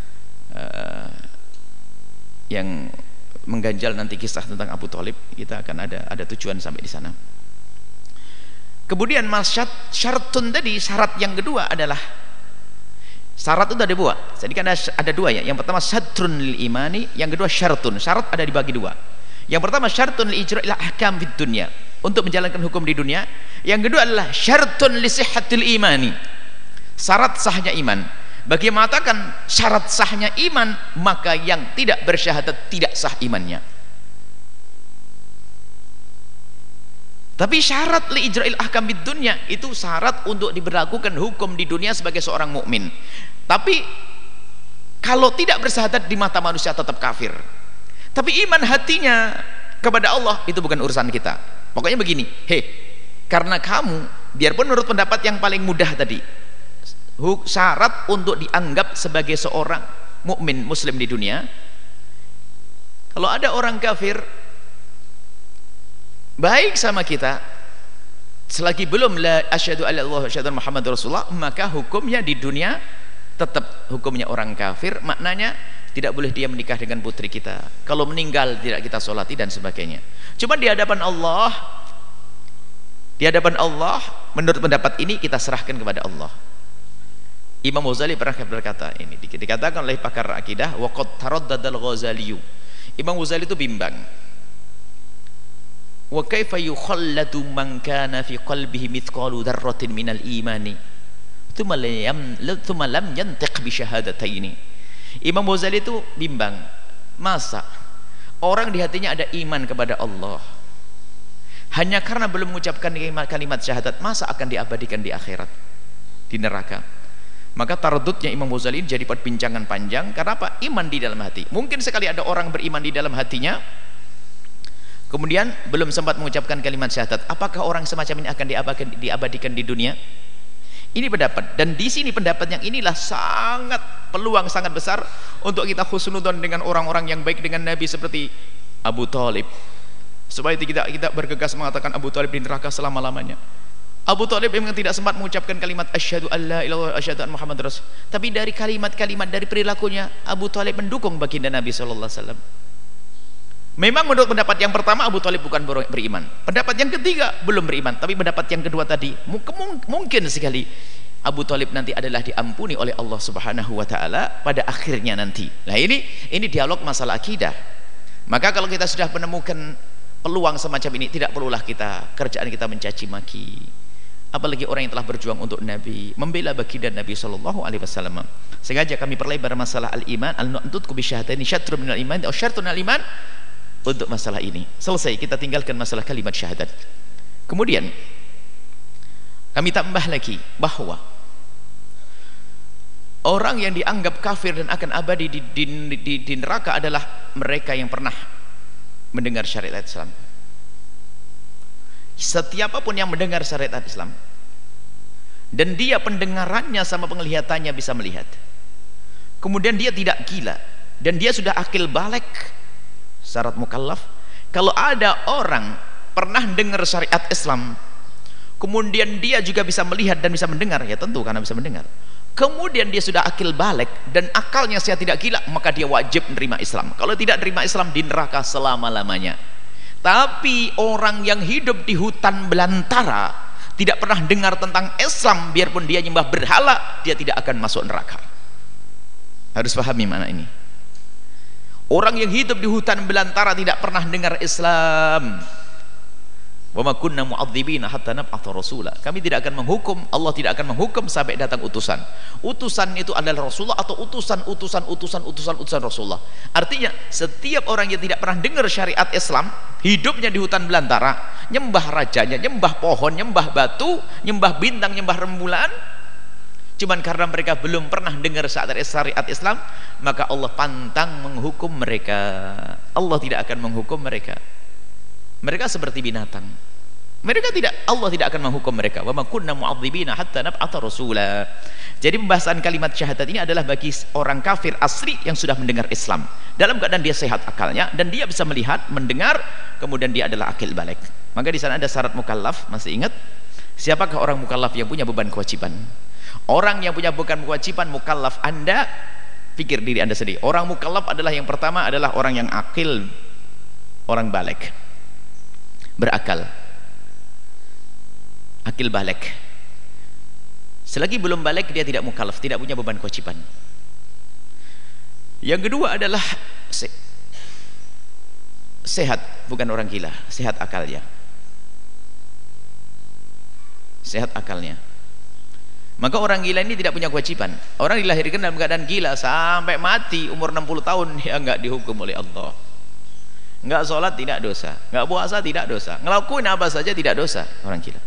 [SPEAKER 1] yang mengganjal nanti kisah tentang Abu Thalib, kita akan ada tujuan sampai di sana. Kemudian syartun tadi, syarat yang kedua adalah, syarat itu ada dua. Jadi kan ada dua ya. Yang pertama syartun lil imani, yang kedua syartun. Syarat ada dibagi dua. Yang pertama syartun li ijra'il ahkam fid dunya, untuk menjalankan hukum di dunia. Yang kedua adalah syartun li sihhatil imani, syarat sahnya iman. Bagi yang mengatakan syarat sahnya iman, maka yang tidak bersyahadat tidak sah imannya. Tapi syarat li ijra'il ahkam fid dunya itu syarat untuk diberlakukan hukum di dunia sebagai seorang mukmin. Tapi kalau tidak bersyahadat di mata manusia tetap kafir. Tapi iman hatinya kepada Allah itu bukan urusan kita. Pokoknya begini, karena kamu, biarpun menurut pendapat yang paling mudah tadi, syarat untuk dianggap sebagai seorang mukmin muslim di dunia, kalau ada orang kafir baik sama kita, selagi belum la asyhadu alla ilaha illallah wa asyhadu anna muhammadar rasulullah, maka hukumnya di dunia tetap hukumnya orang kafir. Maknanya tidak boleh dia menikah dengan putri kita, kalau meninggal tidak kita sholati dan sebagainya. Cuma di hadapan Allah, menurut pendapat ini kita serahkan kepada Allah. Imam Ghazali pernah berkata, ini dikatakan oleh pakar akidah, wa qad taraddadal Ghazali. Imam Ghazali itu bimbang, wa kaifa yukhalladu man kana fi qalbihi mithqalu dzarratin minal imani thumma lam yantiq bi syahadataini. Imam Ghazali itu bimbang, masa orang di hatinya ada iman kepada Allah, hanya karena belum mengucapkan kalimat syahadat, masa akan diabadikan di akhirat, di neraka? Maka tardudnya Imam Ghazali jadi perbincangan panjang. Karena apa? Iman di dalam hati. Mungkin sekali ada orang beriman di dalam hatinya, kemudian belum sempat mengucapkan kalimat syahadat, apakah orang semacam ini akan diabadikan di dunia? Ini pendapat, dan di sini pendapat yang inilah peluang sangat besar untuk kita husnudzon dengan orang-orang yang baik dengan Nabi seperti Abu Thalib, supaya kita bergegas mengatakan Abu Thalib di neraka selama-lamanya. Abu Thalib memang tidak sempat mengucapkan kalimat asyhadu alla ilaha illallah wa asyhadu anna muhammadar rasul, tapi dari kalimat-kalimat, dari perilakunya Abu Thalib mendukung baginda Nabi sallallahu alaihi wasallam. Memang menurut pendapat yang pertama Abu Thalib bukan beriman, pendapat yang ketiga belum beriman, tapi pendapat yang kedua tadi mungkin sekali Abu Thalib nanti adalah diampuni oleh Allah Subhanahu wa taala pada akhirnya nanti. Nah, ini dialog masalah akidah. Maka kalau kita sudah menemukan peluang semacam ini, tidak perlulah kerjaan kita mencaci maki. Apalagi orang yang telah berjuang untuk Nabi, membela baginda Nabi sallallahu alaihi wasallam. Sengaja kami perlebar masalah al-iman, al-nu'tutku bi syahadaini syatrun minal iman atau syartun al-iman. Untuk masalah ini selesai, kita tinggalkan masalah kalimat syahadat. Kemudian kami tambah lagi bahwa orang yang dianggap kafir dan akan abadi di neraka adalah mereka yang pernah mendengar syariat Islam. Setiapapun yang mendengar syariat Islam dan dia pendengarannya sama penglihatannya bisa melihat, kemudian dia tidak gila dan dia sudah akil balik, syarat mukallaf. Kalau ada orang pernah dengar syariat Islam, kemudian dia juga bisa melihat dan bisa mendengar, ya tentu karena bisa mendengar, kemudian dia sudah akil balik dan akalnya saya tidak gila, maka dia wajib menerima Islam. Kalau tidak menerima Islam, di neraka selama-lamanya. Tapi orang yang hidup di hutan belantara, tidak pernah dengar tentang Islam, biarpun dia nyembah berhala, dia tidak akan masuk neraka. Harus pahami mana ini. Orang yang hidup di hutan belantara tidak pernah dengar Islam. Wa ma kunna mu'adzibina hatta nab'atha rasula. Kami tidak akan menghukum, Allah tidak akan menghukum sampai datang utusan. Utusan itu adalah Rasulullah atau utusan Rasulullah. Artinya setiap orang yang tidak pernah dengar syariat Islam, hidupnya di hutan belantara, nyembah rajanya, nyembah pohon, nyembah batu, nyembah bintang, nyembah rembulan, cuman karena mereka belum pernah dengar syariat Islam, maka Allah pantang menghukum mereka. Allah tidak akan menghukum mereka. Mereka seperti binatang. Mereka tidak, Allah tidak akan menghukum mereka. Wa ma kunna mu'adzibina hatta nab'atha rasula. Jadi pembahasan kalimat syahadat ini adalah bagi orang kafir asli yang sudah mendengar Islam dalam keadaan dia sehat akalnya dan dia bisa melihat, mendengar, kemudian dia adalah akil balik. Maka di sana ada syarat mukallaf. Masih ingat? Siapakah orang mukallaf yang punya beban kewajiban? Orang yang punya beban kewajiban mukallaf, Anda pikir diri Anda sendiri. Orang mukallaf adalah yang pertama adalah orang yang akil, orang balik, berakal, akil balik. Selagi belum balik dia tidak mukallaf, tidak punya beban kewajiban. Yang kedua adalah sehat, bukan orang gila, sehat akalnya. Sehat akalnya. Maka orang gila ini tidak punya kewajiban. Orang dilahirkan dalam keadaan gila sampai mati umur 60 tahun dia enggak dihukum oleh Allah. Enggak sholat tidak dosa, enggak puasa tidak dosa, ngelakuin apa saja tidak dosa orang gila.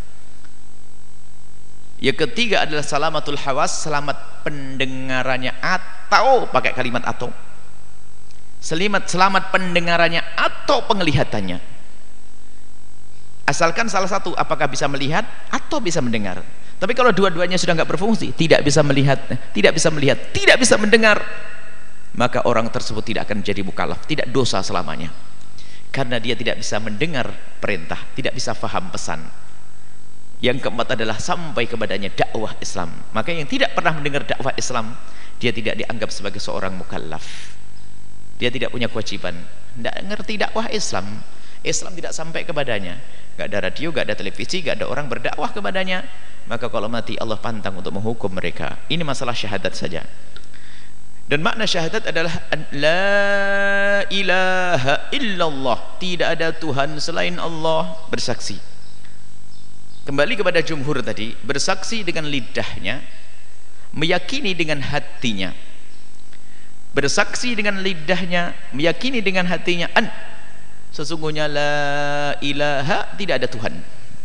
[SPEAKER 1] Yang ketiga adalah salamatul hawas, selamat pendengarannya, atau pakai kalimat atau. Selamat pendengarannya atau penglihatannya. Asalkan salah satu, apakah bisa melihat atau bisa mendengar. Tapi kalau dua-duanya sudah nggak berfungsi, tidak bisa melihat, tidak bisa mendengar, maka orang tersebut tidak akan menjadi mukallaf, tidak dosa selamanya. Karena dia tidak bisa mendengar perintah, tidak bisa faham pesan. Yang keempat adalah sampai kepadanya dakwah Islam. Maka yang tidak pernah mendengar dakwah Islam, dia tidak dianggap sebagai seorang mukallaf. Dia tidak punya kewajiban, tidak ngerti dakwah Islam. Islam tidak sampai kepadanya. Gak ada radio, gak ada televisi, gak ada orang berdakwah kepadanya. Maka kalau mati Allah pantang untuk menghukum mereka. Ini masalah syahadat saja. Dan makna syahadat adalah la ilaha illallah, tidak ada Tuhan selain Allah, bersaksi. Kembali kepada jumhur tadi, bersaksi dengan lidahnya, meyakini dengan hatinya. Bersaksi dengan lidahnya, meyakini dengan hatinya, sesungguhnya la ilaha, tidak ada Tuhan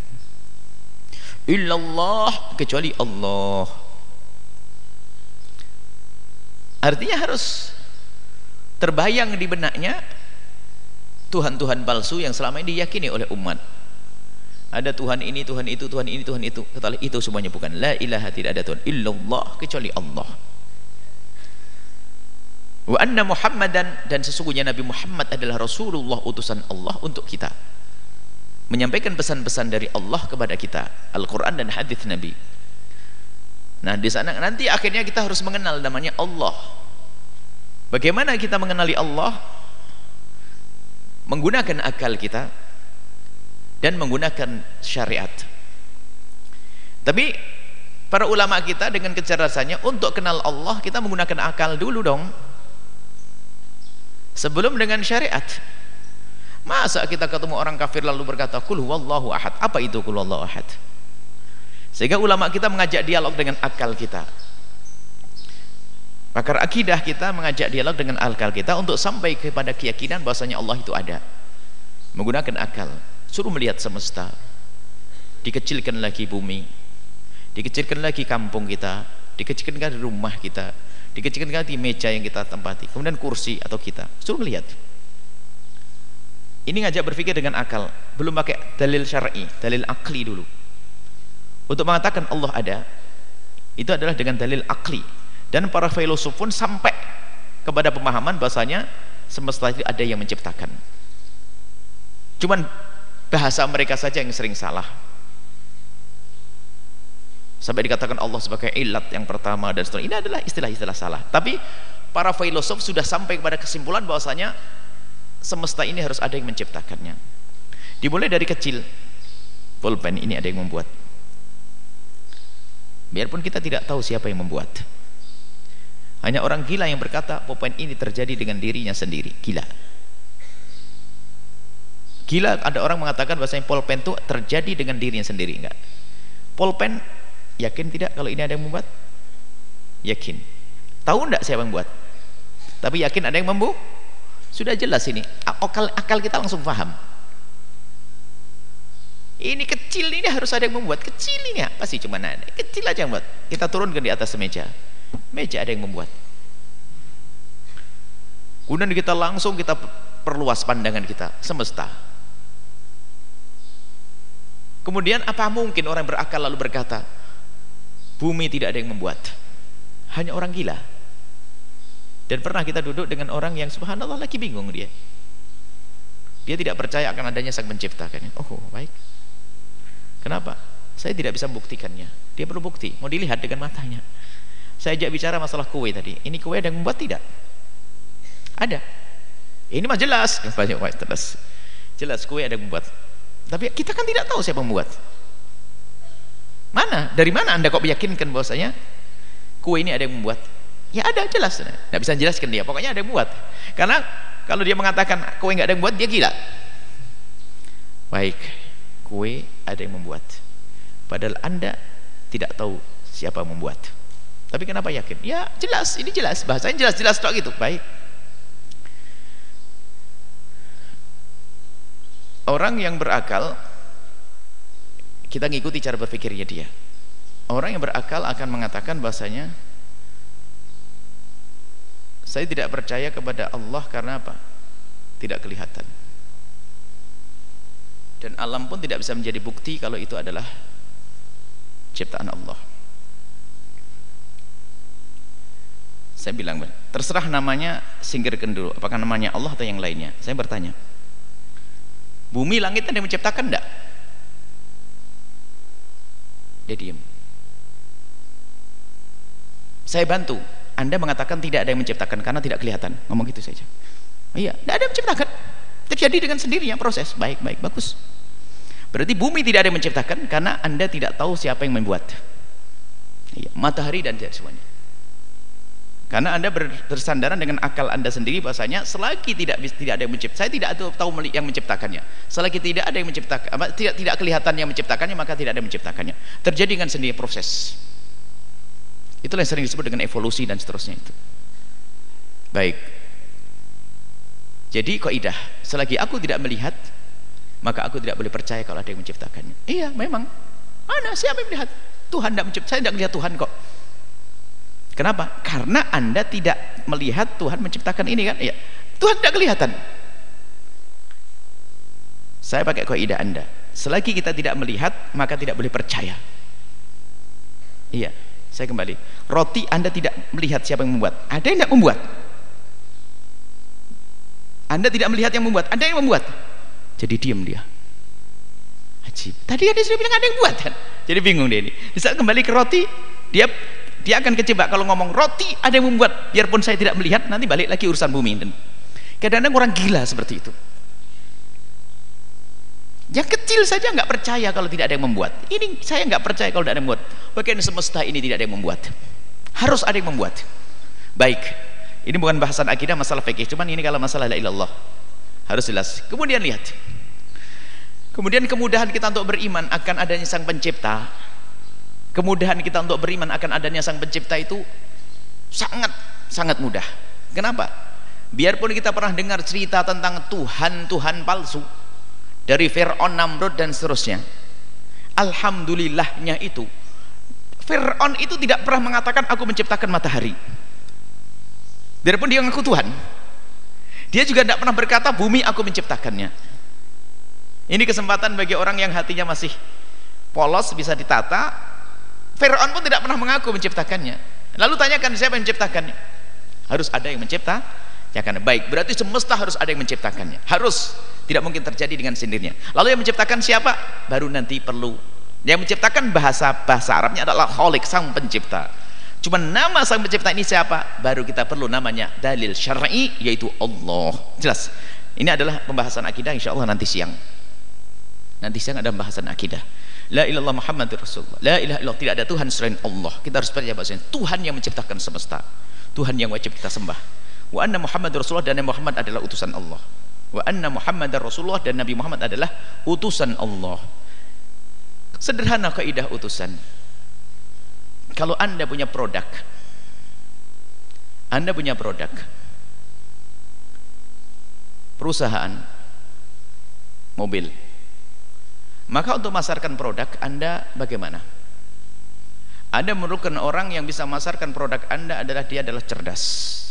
[SPEAKER 1] illallah, kecuali Allah. Artinya harus terbayang di benaknya Tuhan-Tuhan palsu yang selama ini diyakini oleh umat. Ada Tuhan ini, Tuhan itu, Tuhan ini, Tuhan itu. Ketahui itu semuanya bukan. La ilaha, tidak ada Tuhan illallah, kecuali Allah. Wa anna Muhammadan, dan sesungguhnya Nabi Muhammad adalah Rasulullah, utusan Allah untuk kita, menyampaikan pesan-pesan dari Allah kepada kita, Al-Quran dan hadis Nabi. Nah di sana nanti akhirnya kita harus mengenal namanya Allah. Bagaimana kita mengenali Allah? Menggunakan akal kita dan menggunakan syariat. Tapi para ulama kita dengan kecerdasannya, untuk kenal Allah kita menggunakan akal dulu dong, sebelum dengan syariat. Masa kita ketemu orang kafir lalu berkata qul huwallahu ahad? Apa itu qul huwallahu ahad? Sehingga ulama kita mengajak dialog dengan akal kita. Pakar akidah kita mengajak dialog dengan akal kita untuk sampai kepada keyakinan bahwasanya Allah itu ada. Menggunakan akal. Suruh melihat semesta, dikecilkan lagi bumi, dikecilkan lagi kampung kita, dikecilkan lagi rumah kita, dikecilkan lagi meja yang kita tempati, kemudian kursi atau kita. Suruh melihat. Ini ngajak berpikir dengan akal, belum pakai dalil syar'i, dalil akli dulu. Untuk mengatakan Allah ada, itu adalah dengan dalil akli. Dan para filosof pun sampai kepada pemahaman bahasanya semesta itu ada yang menciptakan. Cuman bahasa mereka saja yang sering salah, sampai dikatakan Allah sebagai ilat yang pertama dan seterusnya. Ini adalah istilah-istilah salah. Tapi para filosof sudah sampai kepada kesimpulan bahwasanya semesta ini harus ada yang menciptakannya. Dimulai dari kecil, pulpen ini ada yang membuat, biarpun kita tidak tahu siapa yang membuat. Hanya orang gila yang berkata pulpen ini terjadi dengan dirinya sendiri. Gila. Gila, ada orang mengatakan bahwasanya pulpen itu terjadi dengan dirinya sendiri. Enggak. Pulpen, yakin tidak kalau ini ada yang membuat? Yakin. Tahu enggak siapa yang membuat? Tapi yakin ada yang membuat? Sudah jelas ini. Akal kita langsung paham. Ini kecil, ini harus ada yang membuat. Kecil ini apa sih, cuma ada. Kecil aja yang buat. Kita turunkan di atas meja. Meja ada yang membuat. Kemudian kita langsung perluas pandangan kita, semesta. Kemudian apa mungkin orang berakal lalu berkata bumi tidak ada yang membuat, hanya orang gila? Dan pernah kita duduk dengan orang yang subhanallah lagi bingung, dia tidak percaya akan adanya sang pencipta kan. Oh baik, kenapa? Saya tidak bisa membuktikannya. Dia perlu bukti, mau dilihat dengan matanya. Saya ajak bicara masalah kue tadi, ini kue ada yang membuat tidak? Ada. Ini mah jelas, jelas kue ada yang membuat. Tapi kita kan tidak tahu siapa yang membuat. Mana? Dari mana Anda kok meyakinkan bahwasanya kue ini ada yang membuat? Ya ada, jelas. Tidak bisa jelaskan dia, pokoknya ada yang membuat. Karena kalau dia mengatakan kue nggak ada yang membuat, dia gila. Baik, kue ada yang membuat. Padahal Anda tidak tahu siapa yang membuat. Tapi kenapa yakin? Ya jelas, ini jelas, bahasanya jelas-jelas tok gitu. Baik. Orang yang berakal, kita ngikuti cara berpikirnya dia. Orang yang berakal akan mengatakan bahasanya, saya tidak percaya kepada Allah karena apa? Tidak kelihatan. Dan alam pun tidak bisa menjadi bukti kalau itu adalah ciptaan Allah. Saya bilang, terserah namanya, singkirkan dulu, apakah namanya Allah atau yang lainnya. Saya bertanya, bumi langit ada yang menciptakan enggak? Dia diam. Saya bantu, Anda mengatakan tidak ada yang menciptakan karena tidak kelihatan, ngomong gitu saja. Iya, tidak ada yang menciptakan, terjadi dengan sendirinya proses. Baik, bagus. Berarti bumi tidak ada yang menciptakan karena Anda tidak tahu siapa yang membuat. Iya, matahari dan semuanya. Karena Anda bersandaran dengan akal Anda sendiri bahasanya selagi tidak ada yang menciptakan, saya tidak tahu yang menciptakannya. Selagi tidak ada yang menciptakan, tidak kelihatan yang menciptakannya, maka tidak ada yang menciptakannya. Terjadi dengan sendiri proses. Itulah yang sering disebut dengan evolusi dan seterusnya itu. Baik. Jadi kaidah, selagi aku tidak melihat, maka aku tidak boleh percaya kalau ada yang menciptakannya. Iya, memang. Mana siapa yang melihat? Tuhan tidak menciptakan. Saya tidak melihat Tuhan kok. Kenapa? Karena Anda tidak melihat Tuhan menciptakan ini kan? Iya. Tuhan tidak kelihatan. Saya pakai kaidah Anda. Selagi kita tidak melihat, maka tidak boleh percaya. Iya, saya kembali. Roti Anda tidak melihat siapa yang membuat. Ada yang tidak membuat. Anda tidak melihat yang membuat. Ada yang membuat. Jadi diam dia. Ajib. Tadi ada sudah bilang ada yang buat kan? Jadi bingung dia ini. Di saat kembali ke roti, dia akan kejebak kalau ngomong roti ada yang membuat, biarpun saya tidak melihat, nanti balik lagi urusan bumi. Kadang-kadang orang gila seperti itu. Yang kecil saja nggak percaya kalau tidak ada yang membuat. Ini saya nggak percaya kalau tidak ada yang membuat. Bagaimana semesta ini tidak ada yang membuat? Harus ada yang membuat. Baik, ini bukan bahasan akidah, masalah fikih. Cuman ini kalau masalah la ilallah harus jelas. Kemudian lihat. Kemudian kemudahan kita untuk beriman akan adanya sang pencipta. Kemudahan kita untuk beriman akan adanya sang pencipta itu sangat mudah. Kenapa? Biarpun kita pernah dengar cerita tentang Tuhan palsu dari Fir'aun, Namrud dan seterusnya, alhamdulillahnya itu Fir'aun itu tidak pernah mengatakan aku menciptakan matahari. Biarpun dia mengaku Tuhan, dia juga tidak pernah berkata bumi aku menciptakannya. Ini kesempatan bagi orang yang hatinya masih polos, bisa ditata. Fir'aun pun tidak pernah mengaku menciptakannya. Lalu tanyakan siapa yang menciptakannya? Harus ada yang mencipta. Ya kan, baik, berarti semesta harus ada yang menciptakannya. Harus, tidak mungkin terjadi dengan sendirinya. Lalu yang menciptakan siapa? Baru nanti perlu. Yang menciptakan bahasa Arabnya adalah Khaliq, sang pencipta. Cuma nama sang pencipta ini siapa? Baru kita perlu namanya dalil syar'i, yaitu Allah. Jelas. Ini adalah pembahasan akidah insyaallah nanti siang. Nanti siang ada pembahasan akidah. La ilallah Muhammadur Rasulullah. La ilaha illallah, tidak ada Tuhan selain Allah. Kita harus percaya bahwasanya Tuhan yang menciptakan semesta. Tuhan yang wajib kita sembah. Wa anna Muhammadur Rasulullah, dan Nabi Muhammad adalah utusan Allah. Wa anna Muhammadar Rasulullah, dan Nabi Muhammad adalah utusan Allah. Sederhana kaidah utusan. Kalau Anda punya produk, perusahaan mobil, maka untuk memasarkan produk Anda bagaimana? Anda memerlukan orang yang bisa memasarkan produk Anda dia adalah cerdas,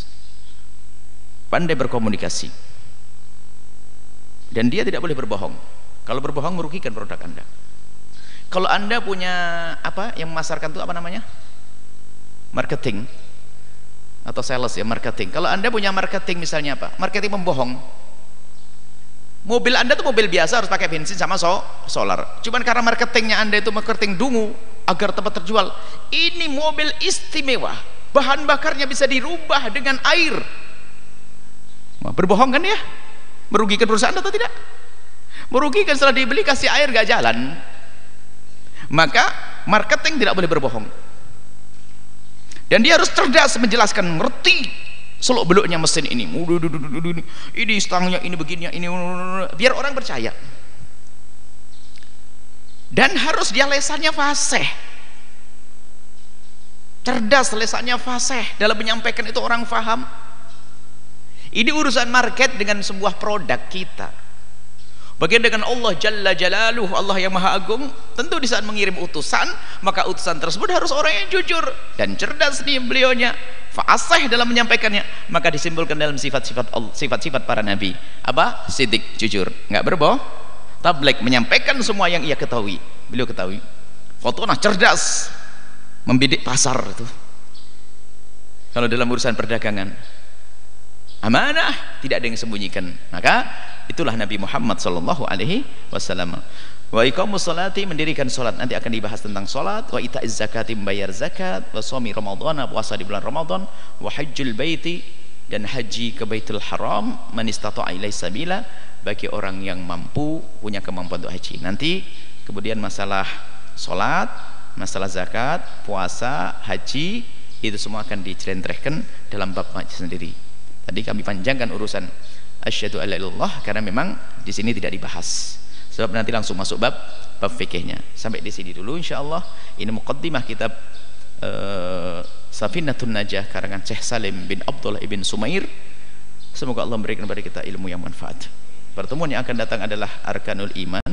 [SPEAKER 1] pandai berkomunikasi, dan dia tidak boleh berbohong. Kalau berbohong merugikan produk Anda. Kalau Anda punya apa yang memasarkan itu apa namanya? Marketing atau sales ya, marketing. Kalau Anda punya marketing misalnya apa? Marketing membohong. Mobil Anda tuh mobil biasa harus pakai bensin sama solar. Cuman karena marketingnya Anda itu marketing dungu agar tempat terjual. Ini mobil istimewa. Bahan bakarnya bisa dirubah dengan air. Berbohong kan ya? Merugikan perusahaan atau tidak? Merugikan, setelah dibeli kasih air gak jalan. Maka marketing tidak boleh berbohong, dan dia harus cerdas menjelaskan, ngerti seluk beluknya mesin ini stangnya ini begini ini, biar orang percaya. Dan harus dia lesannya fasih, cerdas, lesannya fasih dalam menyampaikan, itu orang faham. Ini urusan market dengan sebuah produk kita. Bagian dengan Allah Jalla Jalaluh, Allah yang Maha Agung, tentu di saat mengirim utusan, maka utusan tersebut harus orang yang jujur dan cerdas nih beliaunya, fasih dalam menyampaikannya. Maka disimpulkan dalam sifat-sifat para nabi apa? Sidik, jujur, nggak berbohong, tabligh, menyampaikan semua yang ia ketahui. Beliau ketahui. Fatunah, cerdas, membidik pasar itu. Kalau dalam urusan perdagangan, amanah, tidak ada yang sembunyikan. Maka itulah Nabi Muhammad sallallahu alaihi wasallam. Wa iqamus sholati, mendirikan salat. Nanti akan dibahas tentang salat. Wa itaiz zakati, membayar zakat. Wa shaumi ramadhana, puasa di bulan Ramadan. Wa hajjul baiti, dan haji ke Baitul Haram, man istata'a ilaihi sabila, bagi orang yang mampu, punya kemampuan untuk haji. Nanti kemudian masalah salat, masalah zakat, puasa, haji, itu semua akan dicelentrehkan dalam bab sendiri. Tadi kami panjangkan urusan asyhadu alla ilaha illallah karena memang di sini tidak dibahas. Sebab nanti langsung masuk bab fikihnya. Sampai di sini dulu insyaallah. Ini muqaddimah kitab Safinatun Najah karangan Syekh Salim bin Abdullah ibn Sumair. Semoga Allah memberikan kepada kita ilmu yang manfaat. Pertemuan yang akan datang adalah Arkanul Iman.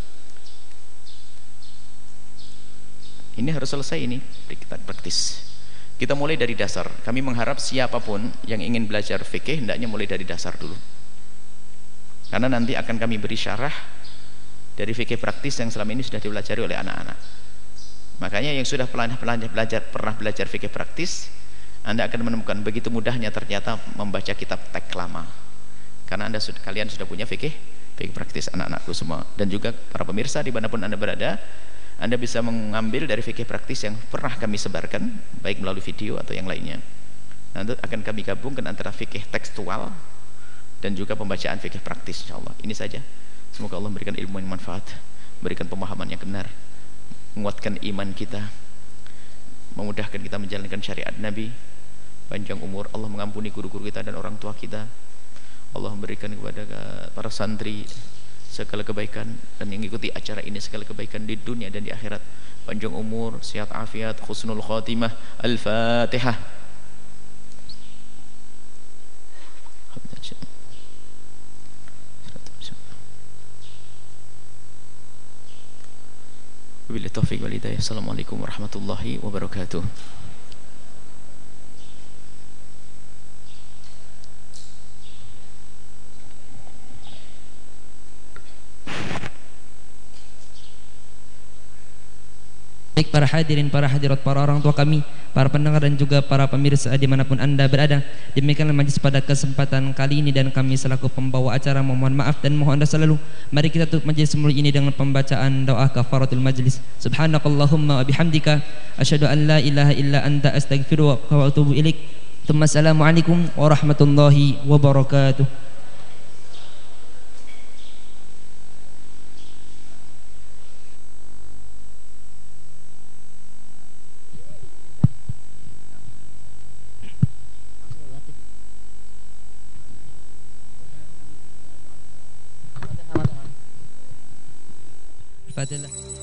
[SPEAKER 1] Ini harus selesai ini, kita praktis. Kita mulai dari dasar. Kami mengharap siapapun yang ingin belajar fikih hendaknya mulai dari dasar dulu. Karena nanti akan kami beri syarah dari fikih praktis yang selama ini sudah dipelajari oleh anak-anak. Makanya yang sudah pernah belajar fikih praktis, Anda akan menemukan begitu mudahnya ternyata membaca kitab teks lama. Karena kalian sudah punya fikih praktis, anak-anakku semua, dan juga para pemirsa dimanapun Anda berada. Anda bisa mengambil dari fikih praktis yang pernah kami sebarkan, baik melalui video atau yang lainnya. Nanti akan kami gabungkan antara fikih tekstual dan juga pembacaan fikih praktis insyaallah. Ini saja. Semoga Allah memberikan ilmu yang manfaat, berikan pemahaman yang benar, menguatkan iman kita, memudahkan kita menjalankan syariat Nabi, panjang umur, Allah mengampuni guru-guru kita dan orang tua kita. Allah memberikan kepada para santri segala kebaikan dan yang mengikuti acara ini segala kebaikan di dunia dan di akhirat, panjang umur, sehat afiat, husnul khatimah. Al-Fatihah. Wabillahi taufiq wal hidayah. Assalamualaikum warahmatullahi wabarakatuh.
[SPEAKER 3] Baik para hadirin, para hadirat, para orang tua kami, para pendengar dan juga para pemirsa dimanapun Anda berada, demikianlah majlis pada kesempatan kali ini, dan kami selaku pembawa acara memohon maaf dan mohon dosa selalu. Mari kita tutup majlis mulia ini dengan pembacaan doa kafaratul majlis. Subhanakallahumma wa bihamdika asyhadu an la ilaha illa anta astaghfiruka wa atubu ilaik. Assalamualaikum warahmatullahi wabarakatuh. Fatilah.